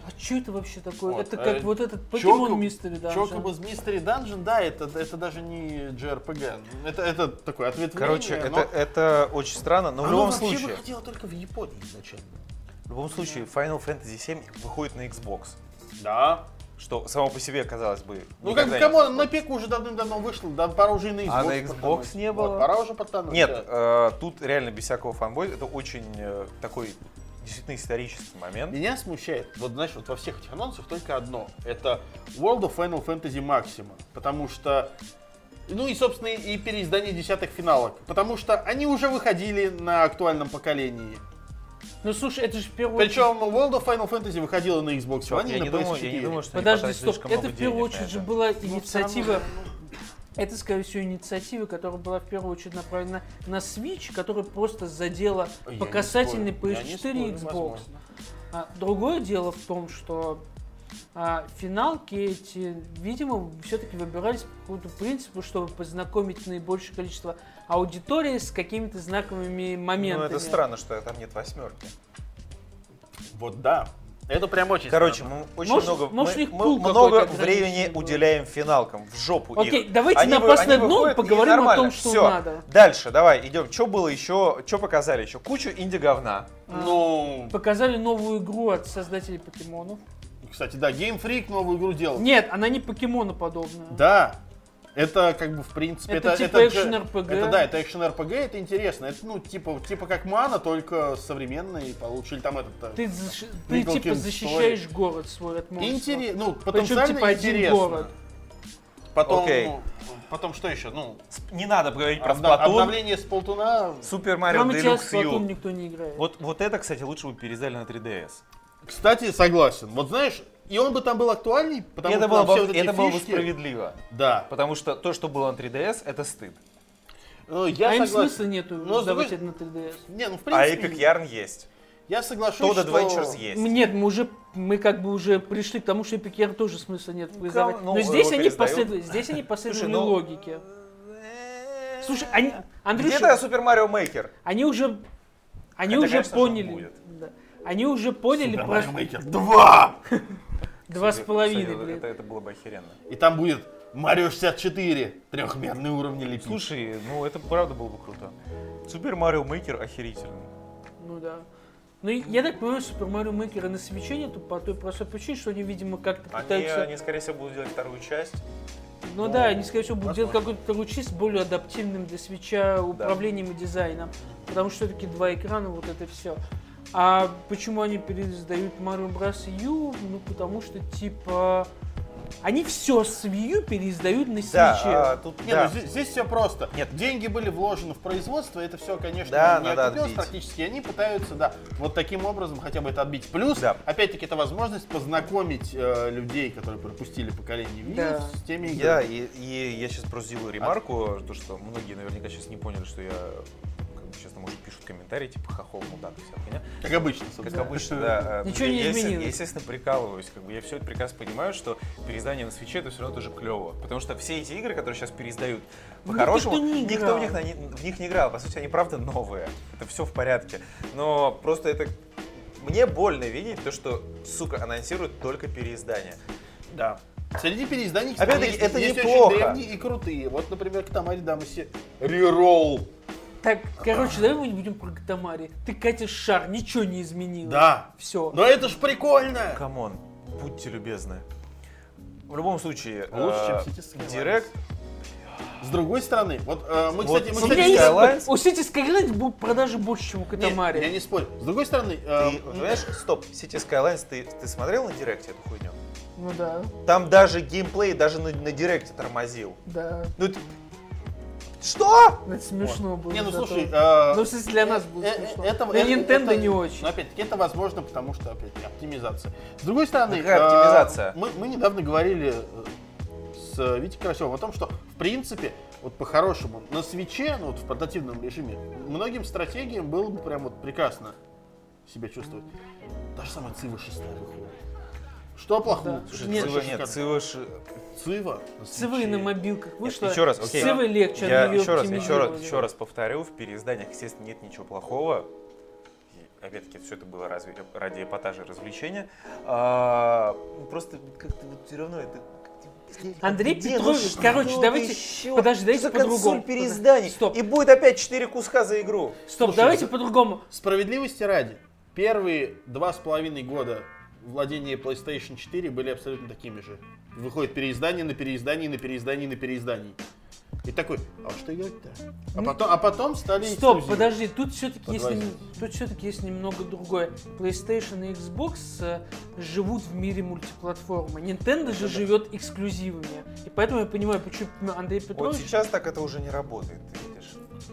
А что это вообще такое? Вот, Это как вот этот Pokemon Mystery Dungeon. Chocobo's Mystery Dungeon, да, это даже не JRPG. Это такое ответвление. Короче, это очень странно, но в любом вообще случае... выходило только в Японии изначально. В любом случае, Final Fantasy VII выходит на Xbox. Да. Что само по себе, казалось бы, Ну как, никогда не кому было. на пику уже давным-давно вышло, да, пора уже и на Xbox. А на Xbox подтянуть. не было? Вот, пора уже подтянуть. Нет, да. тут реально без всякого фанбоя, это очень такой действительно исторический момент. Меня смущает, вот знаешь, вот во всех этих анонсах только одно. Это World of Final Fantasy Maxima. Потому что, ну и, собственно, и переиздание десятых финалок. Потому что они уже выходили на актуальном поколении. Ну слушай, это же в первую очередь... Причем World of Final Fantasy выходила на Xbox One Я и на не PS4. думаю, что они Подожди, потратили стоп, слишком это много в первую денег на очередь же это. была Ну, инициатива... Это, скорее всего, инициатива, которая была в первую очередь направлена на Switch, которая просто задела Я по не касательной спорю, я не PS4 и спорю, Xbox. возможно. Другое дело в том, что финалки эти, видимо, все-таки выбирались по какому-то принципу, чтобы познакомить наибольшее количество аудитории с какими-то знаковыми моментами. Ну, это странно, что там нет восьмерки. Вот да. Это прям очень Короче, странно. мы очень Может, много, может, мы- их мы пул много какой-то времени ограниченный был. уделяем финалкам, в жопу Окей, их. давайте Они на вы- последнем они выходят, и поговорим о нормально. том, что Всё. надо. Дальше, давай, идем. Что было еще, что показали еще? Кучу инди-говна. Ну, Показали новую игру от создателей покемонов. кстати, да, Game Freak новую игру делал. Нет, она не покемоноподобная. Да. Это как бы в принципе Это типа же- экшен-РПГ. Это да, это экшен РПГ, это интересно. Это ну типа как Мана, только современный получше. Или там этот. Ты Little типа King защищаешь Story. город свой от монстров. Интересно, ну Причем потенциально типа один интересно. город. Потом, Окей. ну, потом что еще? Ну, Не надо говорить про обна- Splatoon. обновление Сплатуна. Супер Марио Кроме тебя с Deluxe Splatoon U. никто не играет. Вот это, кстати, лучше бы переиздали на 3DS. Кстати, согласен. Вот знаешь, и он бы там был актуальней, потому Это что было там все бы вот эти это было бы фишки- справедливо. Да. Потому что то, что было на 3DS, это стыд. Ну, я А им согласен. смысла нету Но с сдавать другой- это на 3DS. Не, ну в А принципе. Epic Yarn есть. Я соглашусь, Toad что... Adventures есть. Нет, мы как бы уже пришли к тому, что Epic Yarn тоже смысла нет издавать. ну, Но здесь его они пересдают. последовали ну, логике. Слушай, где-то Андрюша, Супер Марио Мейкер. они уже конечно же, поняли. будет. Да. Они уже поняли Super про Mario Maker 2! 2,5, блин. Это было бы охеренно. И там будет Марио 64, трехмерные уровни лепить. Слушай, ну это правда было бы круто. Супер Марио Мейкер охерительный. Ну да. Ну, я так понимаю, Super Mario Maker на Switch нету по той простой причине, что они, видимо, как-то пытаются... Они, скорее всего, будут делать вторую часть. Ну да, они, скорее всего, будут делать какой-то второй чист, более адаптивным для свитча управлением и дизайном. Потому что все-таки два экрана, вот это все. А почему они переиздают Mario Bros. U? Ну, потому что, типа... Они все с Wii U переиздают на свитче. Да, тут Не, да. ну здесь все просто. Нет. Деньги были вложены в производство, это все, конечно, Да, не надо окупилось отбить. практически. И они пытаются, да, вот таким образом хотя бы это отбить. Плюс, Да. опять-таки, это возможность познакомить людей, которые пропустили поколение Wii U, Да. с теми Я, играми. и я сейчас просто сделаю ремарку, то, что многие наверняка сейчас не поняли, что я, как бы, честно, может, пишут комментарии, типа, хохол, мудак, вся хуйня. Как обычно, Как собственно. обычно, да. Ничего не Я, изменилось. естественно, прикалываюсь. Как бы я все это прекрасно понимаю, что переиздание на свитче это все равно тоже клево. Потому что все эти игры, которые сейчас переиздают, по-хорошему, никто не играл. в них не играл. По сути, они правда новые. Это все в порядке. Но просто это. Мне больно видеть то, что, сука, анонсируют только переиздание. Да. Среди переизданий, кстати, Опять-таки, есть, это есть неплохо. очень древние и крутые. Вот, например, Катамари Дамаси Реролл. Так, короче, давай мы не будем про Катамари. Ты катишь шар, ничего не изменилось. Да. Все. Но это ж прикольно! Камон, будьте любезны. В любом случае, Лучше, чем Cities Skylines. Директ. С другой стороны, вот мы, Вот кстати, У меня есть... Skylines? У Cities Skylines будут продажи больше, чем у Нет, Катамари. я не спорю. С другой стороны, Ты, понимаешь, стоп, City Skylines, ты смотрел на Директе эту хуйню? Ну да, Там даже геймплей даже на Директе тормозил. да. Ну, что? Это смешно было. не, ну зато. слушай, Ну, в смысле, для нас будет смешно. это, Для Nintendo не очень. Но опять-таки это возможно, потому что опять оптимизация. С другой стороны, Какая оптимизация? Мы недавно говорили с Витей Карасевым о том, что в принципе, вот по-хорошему, на свитче, ну вот в портативном режиме, многим стратегиям было бы прям вот прекрасно себя чувствовать. Та же самая Цива 6 выходит. Что плохого? Да. Слушай, Нет, Цива Цива, нет, шикарно. Цива... Цива на Цивы свитче. на мобилках вышло. Еще раз, окей. Цивы легче, Я они её еще оптимизировали. раз повторю, в переизданиях, естественно, нет ничего плохого. опять-таки, все это было ради эпатажа и развлечения. Просто как-то вот все равно это... Андрей Петрович, короче, давайте по-другому. Консоль переизданий. Стоп. И будет опять 4 куска за игру. Стоп, Слушай, давайте по-другому. Справедливости ради, первые 2,5 года владения PlayStation 4 были абсолютно такими же. Выходит переиздание на переиздание, на переиздание, на переиздании. И такой, а что играть-то? А потом стали Стоп, эксклюзивы. подожди, тут все-таки Подвозить. есть немного другое. PlayStation и Xbox живут в мире мультиплатформы. Nintendo же живет эксклюзивами. И поэтому я понимаю, почему Андрей Вот Петрович... сейчас так это уже не работает, ты видишь.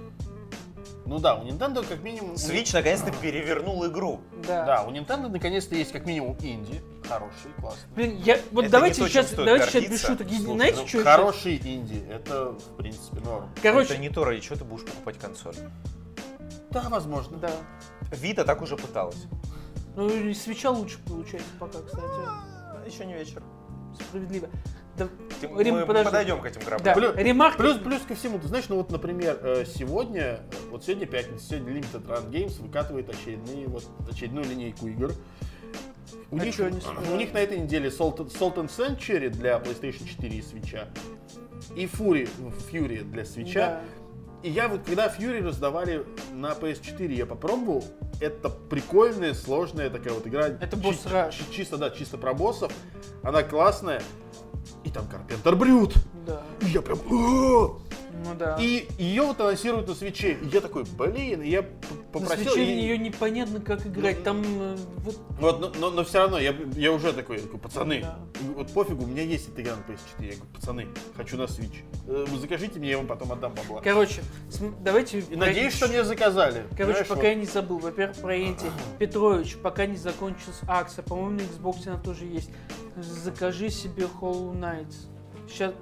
Ну да, у Nintendo как минимум... Switch наконец-то перевернул игру. Да, у Nintendo наконец-то есть как минимум инди. Хороший, классный. Блин, Это давайте не то, чем сейчас, стоит без гордиться. шуток. Слушай, Знаете, ну, что хороший инди, это в принципе норм. Короче, Это не то, ради чего ты будешь покупать консоль. Да, возможно. да. Vita так уже пыталась. Ну, и свеча лучше получается пока, кстати. Еще не вечер. Справедливо. Да, Мы подожди. подойдем к этим Да, гробам. ремарк. Плюс ко всему, ты знаешь, ну вот, например, сегодня пятница, сегодня Limited Run Games выкатывает очередную линейку игр. У них на этой неделе Salt and Sanctuary для PlayStation 4 и Switch, и Fury для Switch. Да. И я вот, когда Fury раздавали на PS4, я попробовал. Это прикольная, сложная такая вот игра. Это босс-раш. Чисто про боссов. Она классная. И там Carpenter Brute. Да. И я прям... Ну да. И ее вот анонсируют на свитче. И я такой, блин, и я попросил... На свече ее непонятно как играть. Там вот... Но все равно, я уже такой, пацаны, Да. вот пофигу, у меня есть эта игра на PS4. Я говорю, пацаны, хочу на Switch. Вы закажите мне, я вам потом отдам бабла. Короче, давайте... И надеюсь, что мне заказали. Короче, Понимаешь, пока вот. я не забыл, во-первых, про Энти Петрович, пока не закончилась акция, по-моему, на Xbox она тоже есть. Закажи себе Hollow Knight. Сейчас...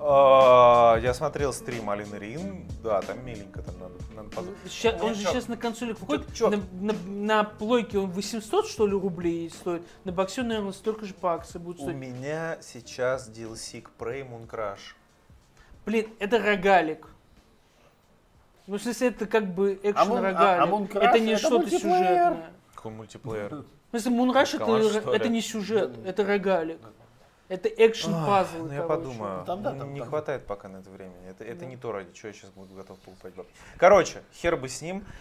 Я смотрел стрим Алины Рин. Да, там миленько, там надо позвать. Он же сейчас на консолях выходит. чё? На плойке он 800, что ли, рублей стоит. На боксе, наверное, столько же по акции будет У стоить. меня сейчас DLC к Prey Moon Crash. Блин, это рогалик. Ну, в смысле, это как бы экшен-рогалик. Moon Crash Это не это что-то мультиплеер. сюжетное. Какой мультиплеер? В смысле, Мунраш Калаш, что ли? это не сюжет, это рогалик. Это экшен-пазл. Ну я подумаю. Там Не там. хватает пока на это времени. Это не то, ради чего я сейчас буду готов покупать бабки. Короче, хер бы с ним.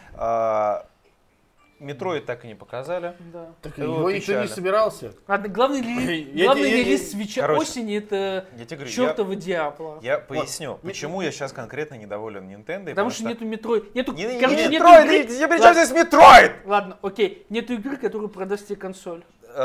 Метроид так и не показали. Да. Так Это его было никто печально. не собирался. Ладно, главный Я релиз свеча короче, осени это я тебе говорю, чертова Диабло. Я поясню, почему я сейчас конкретно недоволен Nintendo. Потому что нету Метроид. Нету, Не короче, нету Метроид, игры. я при чем здесь Метроид? Ладно, окей. Нету игры, которую продаст тебе консоль.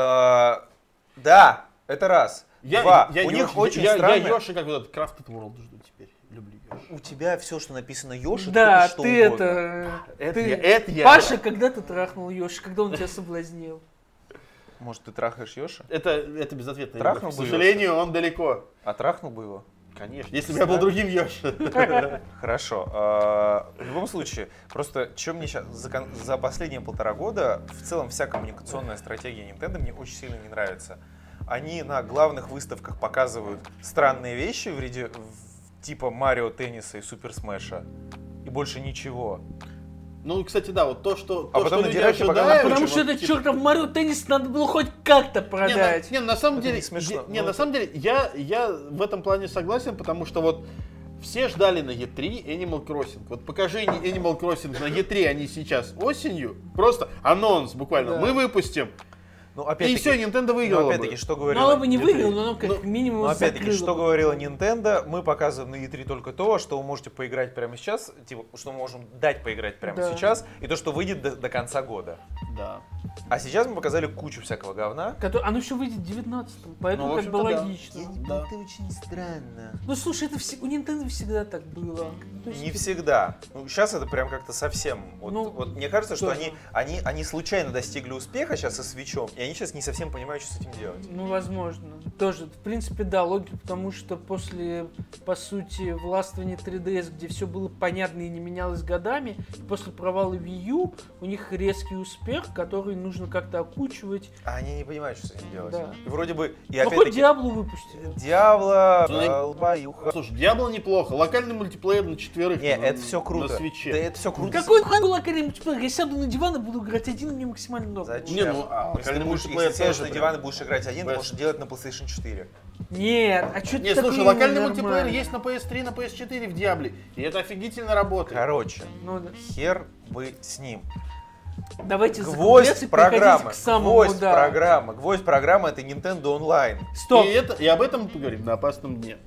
Да, это раз. Два, у них очень Я странно. Йоши, как вот этот Crafted World жду теперь. Люблю Йоши. У тебя все, что написано Йоши, Да, что ты угодно. это... я. Паша, когда ты трахнул Йоши? Когда он тебя соблазнил? Может, ты трахаешь Йоши? Это безответно. Трахнул К бы сожалению, он далеко. А трахнул бы его? Конечно. Если бы я был другим Йоши. Хорошо. В любом случае, просто что мне сейчас за последние 1,5 года в целом вся коммуникационная стратегия Nintendo мне очень сильно не нравится. Они на главных выставках показывают странные вещи типа Марио, Тенниса и Супер Смэша. И больше ничего. Ну, кстати, да, вот то, что потом на люди Директе ожидают, показали, Потому вот, что этот типа, чертов Марио Теннис надо было хоть как-то продать. Не, на самом Это деле, не смешно. на самом деле, я в этом плане согласен, потому что вот все ждали на E3 Animal Crossing. Вот покажи Animal Crossing на E3, они сейчас осенью, просто анонс буквально, Да. мы выпустим. Ну, И опять-таки, все, Nintendo ну, выиграла опять-таки, бы. что Ну, говорила... она бы не выиграла, но она как Ну, минимум Ну, опять-таки, закрыла что бы. говорила Nintendo, мы показываем на E3 только то, что вы можете поиграть прямо сейчас, типа, что мы можем дать поиграть прямо Да. сейчас, и то, что выйдет до конца года. Да. А сейчас мы показали кучу всякого говна. Оно еще выйдет в 19-м, поэтому Ну, в как бы общем-то, да. логично. Да. Это очень странно. Ну слушай, это у Nintendo всегда так было. То есть Не всегда. Ну, сейчас это прям как-то совсем. Вот, Ну, вот мне кажется, что тоже. они случайно достигли успеха сейчас со Switch'ом, и они сейчас не совсем понимают, что с этим делать. Ну, возможно. Тоже, в принципе, да, логика, потому что после, по сути, властвования 3DS, где все было понятно и не менялось годами, после провала Wii U у них резкий успех, который нужно как-то окучивать. А они не понимают, что с этим делать. Да. И вроде бы, и Ну, хоть опять-таки... Диаблу выпустили. Диабло, Ну, Албаюха. Слушай, Diablo неплохо. Локальный мультиплеер на 4. Не, это все круто. На свитче. Да, это все круто. Какой хуй локальный мультиплеер? Я сяду на диван и буду играть один, и мне максимально много. Зачем? Не, ну, Если локальный ты будешь, мультиплеер если сядешь тоже на диван и прям будешь играть один, ты best. можешь делать на PlayStation 4. Нет, а что ты Не, слушай, такое локальный нормально? мультиплеер есть на PS3, на PS4 в Диабле. И это офигительно работает. Короче, Ну, да. хер бы с ним. Давайте Гвоздь закругляться и переходить программы. к самому, Гвоздь да. программы. Гвоздь программы — это Nintendo Online. Стоп. И об этом мы поговорим на опасном дне.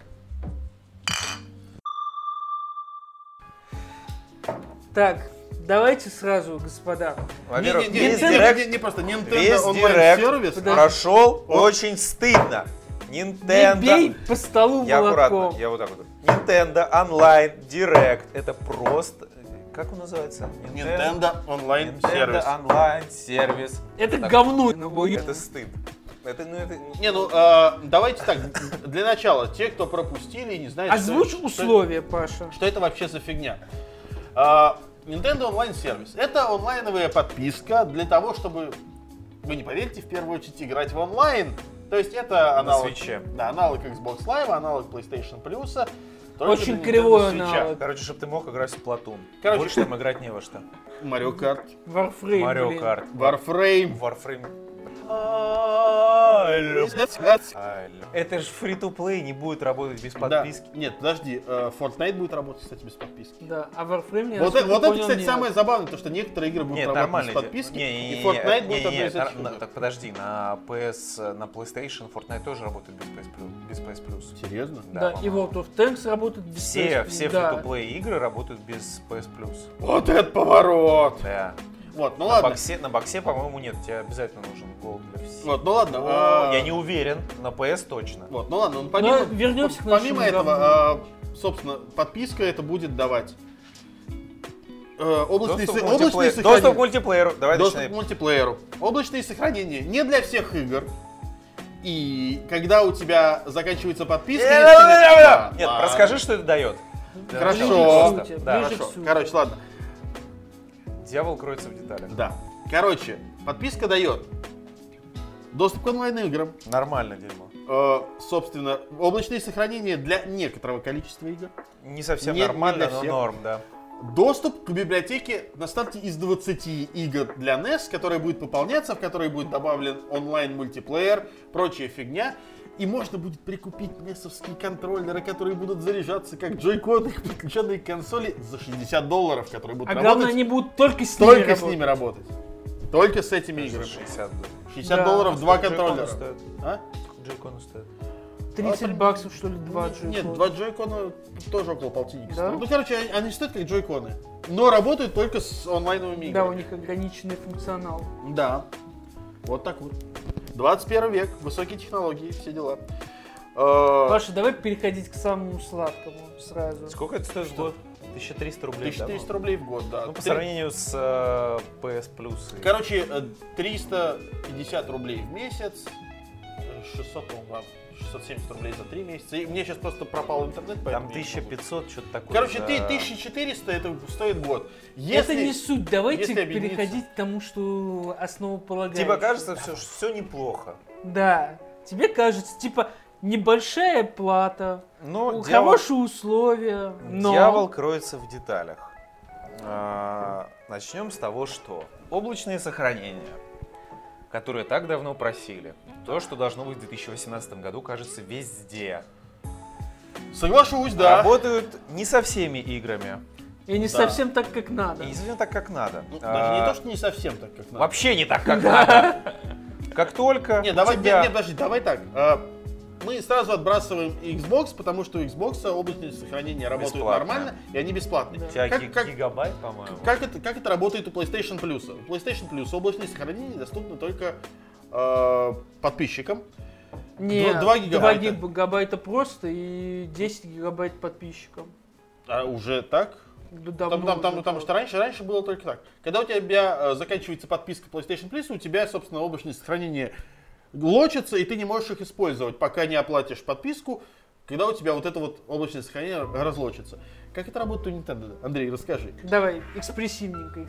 Так, давайте сразу, господа. Во-первых, не, весь не, Direct, не просто Nintendo весь онлайн Direct сервис. Подожди. прошел очень стыдно. Не Nintendo... бей по столу Я аккуратно, молотком. я вот так вот. Nintendo Online Direct — это просто... Как он называется? Nintendo онлайн сервис. Nintendo Online сервис. Это Так. говно. Ну, бой. Это стыд. Это, ну, это... Не, ну давайте так, для начала, те, кто пропустили и не знают, Озвучь условия, Паша. что это вообще за фигня. Nintendo онлайн сервис. Это онлайновая подписка для того, чтобы, вы не поверите, в первую очередь играть в онлайн. То есть это аналог, Switch'е. да, аналог Xbox Live, аналог PlayStation Plus. только Очень для Nintendo кривой Switch'а. аналог. Короче, чтобы ты мог играть в Splatoon. Короче, Больше там играть не во что. Mario Kart, Warframe, Mario блин. Kart. Warframe. Warframe. Это же free-to-play, не будет работать без Да. подписки. Нет, подожди, Fortnite будет работать, кстати, без подписки. Да, а Warframe, я Вот, насколько вот это, понял, кстати, нет. самое забавное, то что некоторые игры будут Нет, работать нормально. без подписки, Не, и Fortnite будет одной из этих игр. Так подожди, на PS, на PlayStation Fortnite тоже работает без PS Plus. Серьезно? Да, и World of Tanks работает без Все PS+, да. free-to-play игры работают без PS Plus. Вот это поворот! Да. Вот, ну На ладно. боксе, по-моему, нет. Тебе обязательно нужен Gold для всех. Вот, ну ладно. Я не уверен, на PS точно. Вот, ну ладно, помимо, вернемся к помимо нашему этого, собственно, подписка это будет давать облачные Доступ к сохранения. мультиплееру. Давай Доступ к начинаем. мультиплееру. Облачные сохранения не для всех игр. И когда у тебя заканчивается подписка... если Нет, ладно. расскажи, что это дает. Хорошо. Ближе к сути, Да, ближе к Хорошо. сути. Короче, ладно. Дьявол кроется в деталях. Да. Короче, подписка дает доступ к онлайн-играм, Нормально дерьмо. собственно, облачные сохранения для некоторого количества игр, Не совсем Не нормально, для но всех. норм, да. доступ к библиотеке на старте из 20 игр для NES, которая будет пополняться, в которой будет добавлен онлайн-мультиплеер, прочая фигня. И можно будет прикупить NES-овские контроллеры, которые будут заряжаться как джойконы, подключенные к консоли за $60, которые будут А работать главное, они будут только с ними только с работать. ними работать. Только с этими За играми. 60 $60 Да. два Сколько контроллера. джойконы стоят? А? Джойконы стоят. 30 баксов, что ли, 2 джойкона. Нет, два джойкона тоже около полтинника Да? стоят. Ну, короче, они стоят как джойконы. Но работают только с онлайновыми Да, у играми. них ограниченный функционал. Да. Вот так вот. 21 век, высокие технологии, все дела. Паша, давай переходить к самому сладкому сразу. Сколько это стоит в год? 1300 рублей. 1300 рублей в год, да. Ну, по Три- сравнению с PS Plus. Короче, 350 рублей в месяц, 600, по-моему, 670 рублей за 3 месяца. И мне сейчас просто пропал интернет, поэтому... Там я не могу. 1500, что-то такое. Короче, за- 1400 это стоит год. Это не суть, давайте если объединиться- переходить к тому, что основополагающее. Тебе кажется, все неплохо. Да. Тебе кажется, типа, небольшая плата, Но хорошие условия, но... Дьявол кроется в деталях. Начнем с того, что облачные сохранения, которые так давно просили, то, что должно быть в 2018 году, кажется, везде. Соглашусь, да. Работают не со всеми играми. И не Да. совсем так, как надо. И не совсем так, как надо. Ну, даже не то, что не совсем так, как надо. Вообще не так, как надо. Как только Не, у давай, тебя- нет, подожди, давай так. Мы сразу отбрасываем Xbox, потому что у Xbox облачные сохранения работают Бесплатно. нормально, и они бесплатные. У тебя Как- гигабайт, по-моему. Как это работает у PlayStation Plus? У PlayStation Plus облачные сохранения доступны только подписчикам. Не, 2 гигабайта. 2 гигабайта просто и 10 гигабайт подписчикам. А уже так? Да Потому что раньше было только так. Когда у тебя заканчивается подписка PlayStation Plus, у тебя, собственно, облачное сохранение лочится, и ты не можешь их использовать, пока не оплатишь подписку, когда у тебя вот это вот облачное сохранение разлочится. Как это работает у Nintendo? Андрей, расскажи. Давай, экспрессивненько.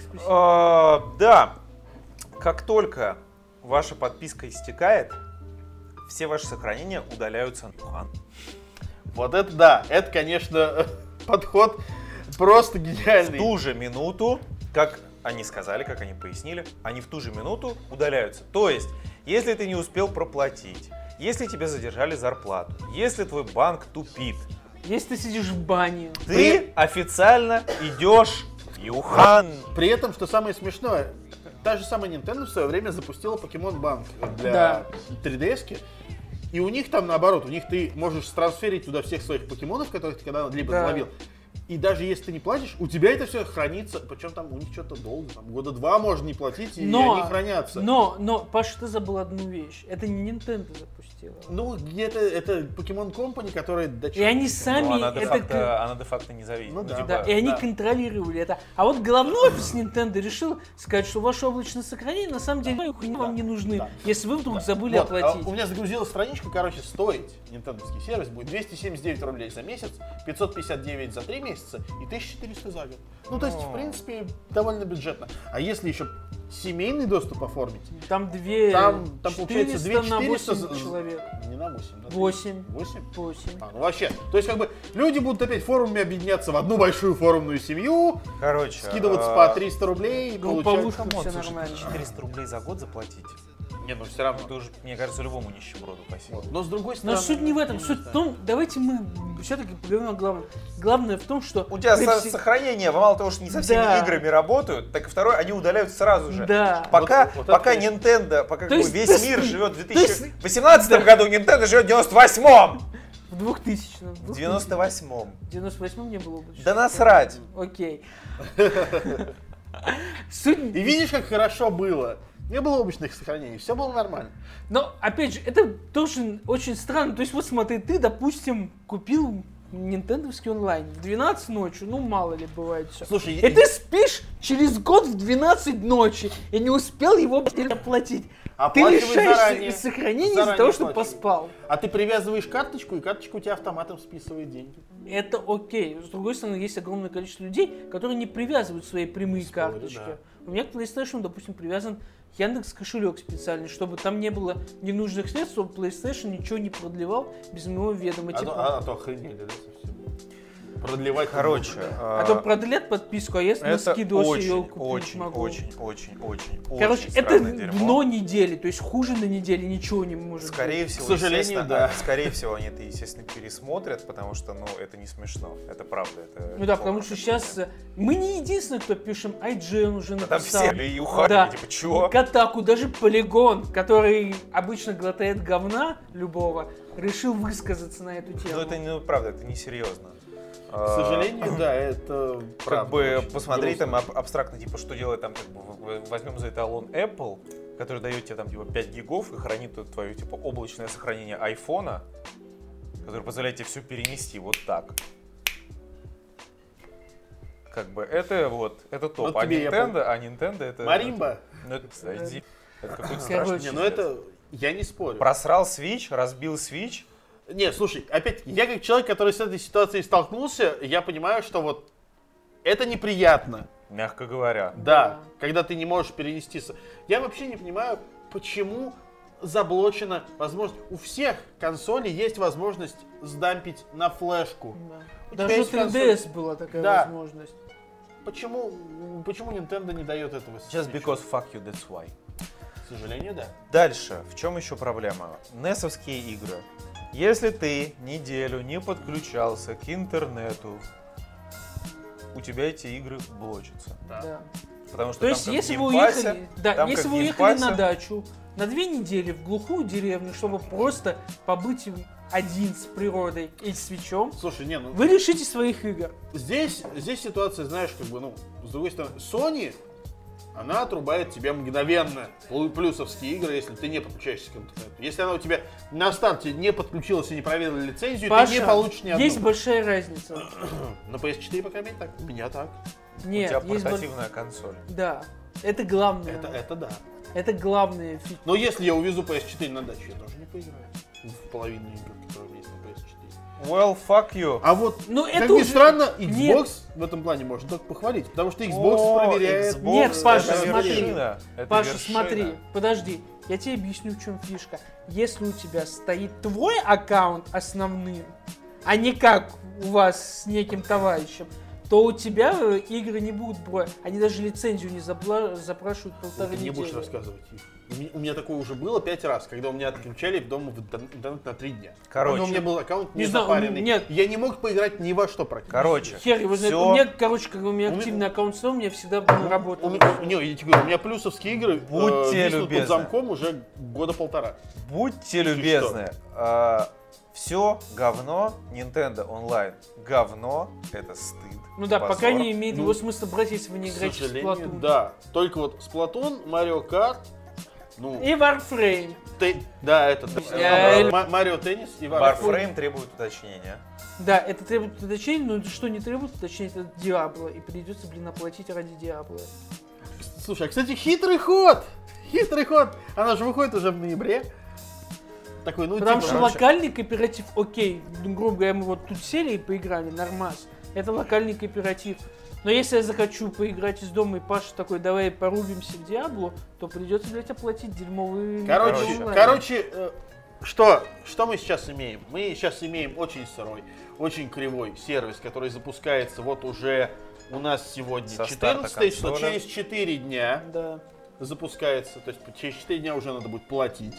Да, как только ваша подписка истекает, все ваши сохранения удаляются на Wuhan. Вот это да, это, конечно, подход просто В гениальный. ту же минуту, как они сказали, как они пояснили, они в ту же минуту удаляются. То есть, если ты не успел проплатить, если тебе задержали зарплату, если твой банк тупит, Если ты сидишь в бане. ты официально идешь в Wuhan. При этом, что самое смешное, та же самая Nintendo в свое время запустила Pokemon Bank для Да. 3DS-ки. И у них там наоборот, у них ты можешь трансферить туда всех своих покемонов, которых ты когда-либо Да. заловил. И даже если ты не платишь, у тебя это все хранится. Причем там у них что-то долго, там года 2 можно не платить, и они хранятся. Но, Паша, ты забыл одну вещь. Это не Nintendo запустила. Ну, где-то это Pokemon Company, которая... И они сами Ну, она это... де-факто независима. Ну да. типа, Да, и они Да. контролировали это. А вот головной офис Nintendo решил сказать, что ваше облачное сохранение на самом деле вам не нужны, Да. если вы вдруг забыли Вот, оплатить. у меня загрузилась страничка, короче, стоить нинтендовский сервис будет 279 рублей за месяц, 559 за 3 месяца и 1400 за год. Ну, то есть, в принципе, довольно бюджетно. А если еще семейный доступ оформить, Там две... там получается 400 на 2400 8 человек. Не на 8, да? 8. 8? 8. Ну вообще, то есть как бы люди будут опять форумами объединяться в одну большую форумную семью, Короче, скидываться по 300 рублей и получать... Групповушка. камон, Всё слушай, нормально. 400 рублей за год заплатить. Не, ну все равно. Это уже, мне кажется, любому нищеброду спасибо. Но с другой Но стороны... суть не в этом. Суть в том, давайте мы все-таки поговорим о главном. Главное в том, что... У тебя при все- сохранение, мало того, что не со всеми Да. играми работают, так и второе, они удаляются сразу же. Да. Пока, Вот пока это, Nintendo, пока То есть- весь то есть- мир живет в то есть- 2018 году, Nintendo живет в 98-м! В 2000-м. В 98-м. В 98-м не было облачного. Да насрать! Окей. Суть... И видишь, как хорошо было. Не было облачных сохранений, все было нормально. Но, опять же, это тоже очень странно. То есть, вот смотри, ты, допустим, купил нинтендовский онлайн в 12 ночи, ну, мало ли, бывает все. Слушай, И ты спишь через год в 12 ночи и не успел его оплатить. Ты Оплачивай лишаешься заранее. сохранения из-за Заранее того, что оплачивай. поспал. А ты привязываешь карточку, и карточка у тебя автоматом списывает деньги. Это окей. С другой стороны, есть огромное количество людей, которые не привязывают свои прямые Спорю, карточки. да. У меня к PlayStation, допустим, привязан Яндекс кошелек специальный, чтобы там не было ненужных средств, чтобы PlayStation ничего не продлевал без моего ведома. А то охренели, да, совсем. Продлевать. Короче, А то продлят подписку, а если на это скидосе ее очень, купить очень, могу. очень Короче, это странное дерьмо. дно недели, то есть хуже на неделе ничего не может Скорее быть. всего, К сожалению, естественно, да. Скорее всего, они это, естественно, пересмотрят, потому что, ну, это не смешно. Это правда. Это Ну да, потому плохо, что это сейчас плохо. мы не единственные, кто пишем, IGN уже Да написал. там все и ухали, Да. типа, чего? Катаку, даже Полигон, который обычно глотает говна любого, решил высказаться на эту тему. Ну, это, ну, правда, это несерьезно. К сожалению, да, это Как правда бы очень посмотри грустно. там абстрактно, типа, что делает там, как бы, возьмем за эталон Apple, который дает тебе там, типа, 5 гигов и хранит тут твое, типа, облачное сохранение айфона, который позволяет тебе все перенести вот так. Как бы это вот, это топ. Вот А тебе Nintendo это... Маримба. Ну, это, подожди, это какой-то Короче, страшный Не, ну пиздец. это, я не спорю. Просрал Switch, разбил Switch. Не, слушай, опять, я как человек, который с этой ситуацией столкнулся, я понимаю, что вот это неприятно. Мягко говоря. Да, когда ты не можешь перенести. Я вообще не понимаю, почему заблочена возможность. У всех консолей есть возможность сдампить на флешку. Да. У тебя Даже есть 3DS была такая Да. возможность. Почему Nintendo не дает этого? Just сейчас? because fuck you, that's why. К сожалению, да. Дальше, в чем еще проблема? NES-овские игры. Если ты неделю не подключался к интернету, у тебя эти игры блочатся. Да. Потому что То там есть, как если в вы геймпассе, уехали, да, там если как вы в уехали на геймпассе. дачу на 2 недели в глухую деревню, чтобы просто побыть один с природой и с свечом, Слушай, не, ну вы лишите своих игр. здесь ситуация, знаешь, как бы, ну, с другой стороны, Sony она отрубает тебе мгновенно плюсовские игры, если ты не подключаешься к интернету. Если она у тебя на старте не подключилась и не проверила лицензию, Паша, ты не получишь ни одну. есть большая разница. На PS4, по крайней мере, так. У меня так. У Нет, тебя есть портативная консоль. Да, это главное. Это да. Это главное фича. Но если я увезу PS4 на дачу, я тоже не поиграю в половину игр, которые есть на PS4. Well, fuck you. А вот, Ну, как это ни уже- странно, Xbox Нет. в этом плане можно только похвалить, потому что Xbox проверяет... Xbox Нет, Паша, это смотри. вершина. Это Паша, вершина. смотри, подожди. Я тебе объясню, в чем фишка. Если у тебя стоит твой аккаунт основным, а не как у вас с неким товарищем, то у тебя игры не будут брать. Они даже лицензию не запрашивают полторы Ты не будешь недели. рассказывать. У меня такое уже было 5 раз, когда у меня отключали дома в интернет на 3 дня. Короче. Но у меня был аккаунт Не не знаю, запаренный. нет. Я не мог поиграть ни во что практически. Короче, Хер его знает. всё. У меня, короче, когда у меня У меня- активный аккаунт стал, у меня всегда работал. Не, я тебе говорю, у меня плюсовские игры Будьте виснут любезны. под замком уже года полтора. Будьте Если любезны. Все говно, Nintendo Online говно, это стыд. Ну да, позор. пока не имеет Ну, его смысла брать, если вы не К играете в сожалению, Splatoon. да. Только вот Splatoon, Mario Kart, ну, И Warframe. да, это Я- Марио Теннис и Warframe. Warframe требует уточнения. Да, это требует уточнений, но что не требует уточнений, это Диабло. И придется, оплатить ради Диабло. Слушай, а, кстати, хитрый ход! Хитрый ход! Она же выходит уже в ноябре. Такой, ну, Потому типа, что локальный кооператив, окей, ну, грубо говоря, мы вот тут сели и поиграли, нормас. Это локальный кооператив. Но если я захочу поиграть из дома, и Паша такой, давай порубимся в Диабло, то придется, блядь, оплатить дерьмовый... Короче, что мы сейчас имеем? Мы сейчас имеем очень сырой, очень кривой сервис, который запускается вот уже у нас сегодня Со старта 14 число, консоли. через 4 дня Да. запускается, то есть через 4 дня уже надо будет платить.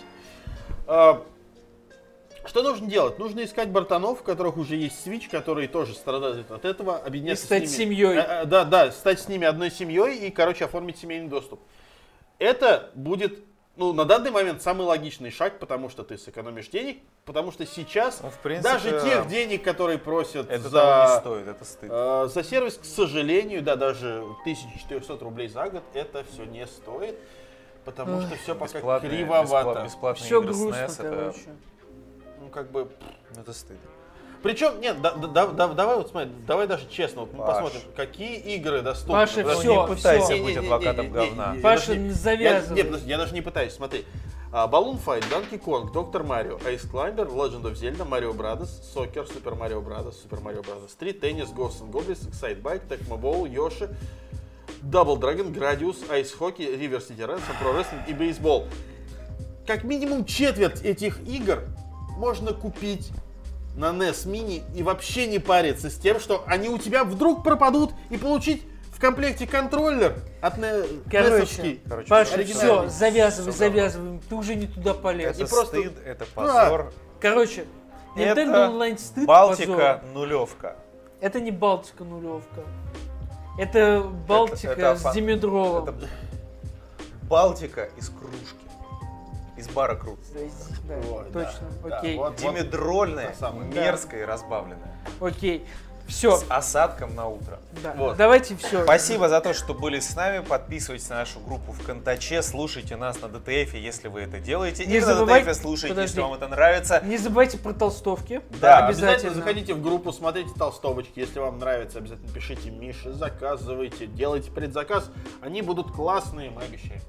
Что нужно делать? Нужно искать братанов, у которых уже есть Switch, которые тоже страдают от этого, объединяться И стать с ними. семьей. Да, стать с ними одной семьей и, короче, оформить семейный доступ. Это будет, ну, на данный момент самый логичный шаг, потому что ты сэкономишь денег, потому что сейчас Ну, в принципе, даже тех денег, которые просят это того не за, стоит, это стыд. за сервис, к сожалению, да, даже 1400 рублей за год, это все не стоит, потому что все пока Бесплатные- кривовато. Бесплатные Все игры с грустно, NES, это, короче. Ну, как бы... это стыд. Причем, нет, давай вот смотри, давай даже честно, вот мы Паш. посмотрим, какие игры доступны. Паша, Подожди, всё, не пытайся всё. быть адвокатом говна. я Паша, даже не я- завязывай. нет, подожди, я даже не пытаюсь, смотри. Balloon Fight, Donkey Kong, Доктор Марио, Ice Climber, Legend of Zelda, Mario Brothers, Soccer, Super Mario Brothers, Super Mario Brothers 3, Tennis, Ghosts and Goblins, Excite Bike, Tecmo Bowl, Yoshi, Double Dragon, Gradius, Ice Hockey, River City Ransom, Pro Wrestling и бейсбол. Как минимум четверть этих игр можно купить на NES Mini и вообще не париться с тем, что они у тебя вдруг пропадут, и получить в комплекте контроллер от NES-овский. Короче, Паша, оригинальный. все, завязывай, Всё завязывай. Ты уже не туда полез. это не просто- стыд, это позор. Короче, Nintendo Это Online стыд, Балтика позор. нулевка. Это не Балтика нулевка. Это Балтика это с Димедровым. Это Балтика из кружки. Из бара Крут. Да, Вот, точно, да, окей, вот. Димедрольная, та самая. мерзкая и разбавленная. окей. Все, С осадком на утро. да. Вот. Давайте все. Спасибо за то, что были с нами. Подписывайтесь на нашу группу ВКонтаче, слушайте нас на ДТФ, если вы это делаете. Не И забывайте- на ДТФ слушайте, Подожди. если вам это нравится. Не забывайте про толстовки. Да, Обязательно заходите в группу, смотрите толстовочки. Если вам нравится, обязательно пишите Мише, заказывайте, делайте предзаказ. Они будут классные, мы обещаем.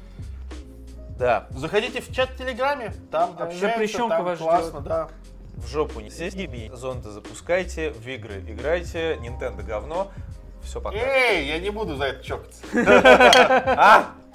Да, Заходите в чат в Телеграме, там Да, общаемся, запрещенка там вас классно, ждет. да. в жопу не сидите, зонты запускайте, в игры играйте, Nintendo говно. Все, пока. Эй, я не буду за это чокаться. А?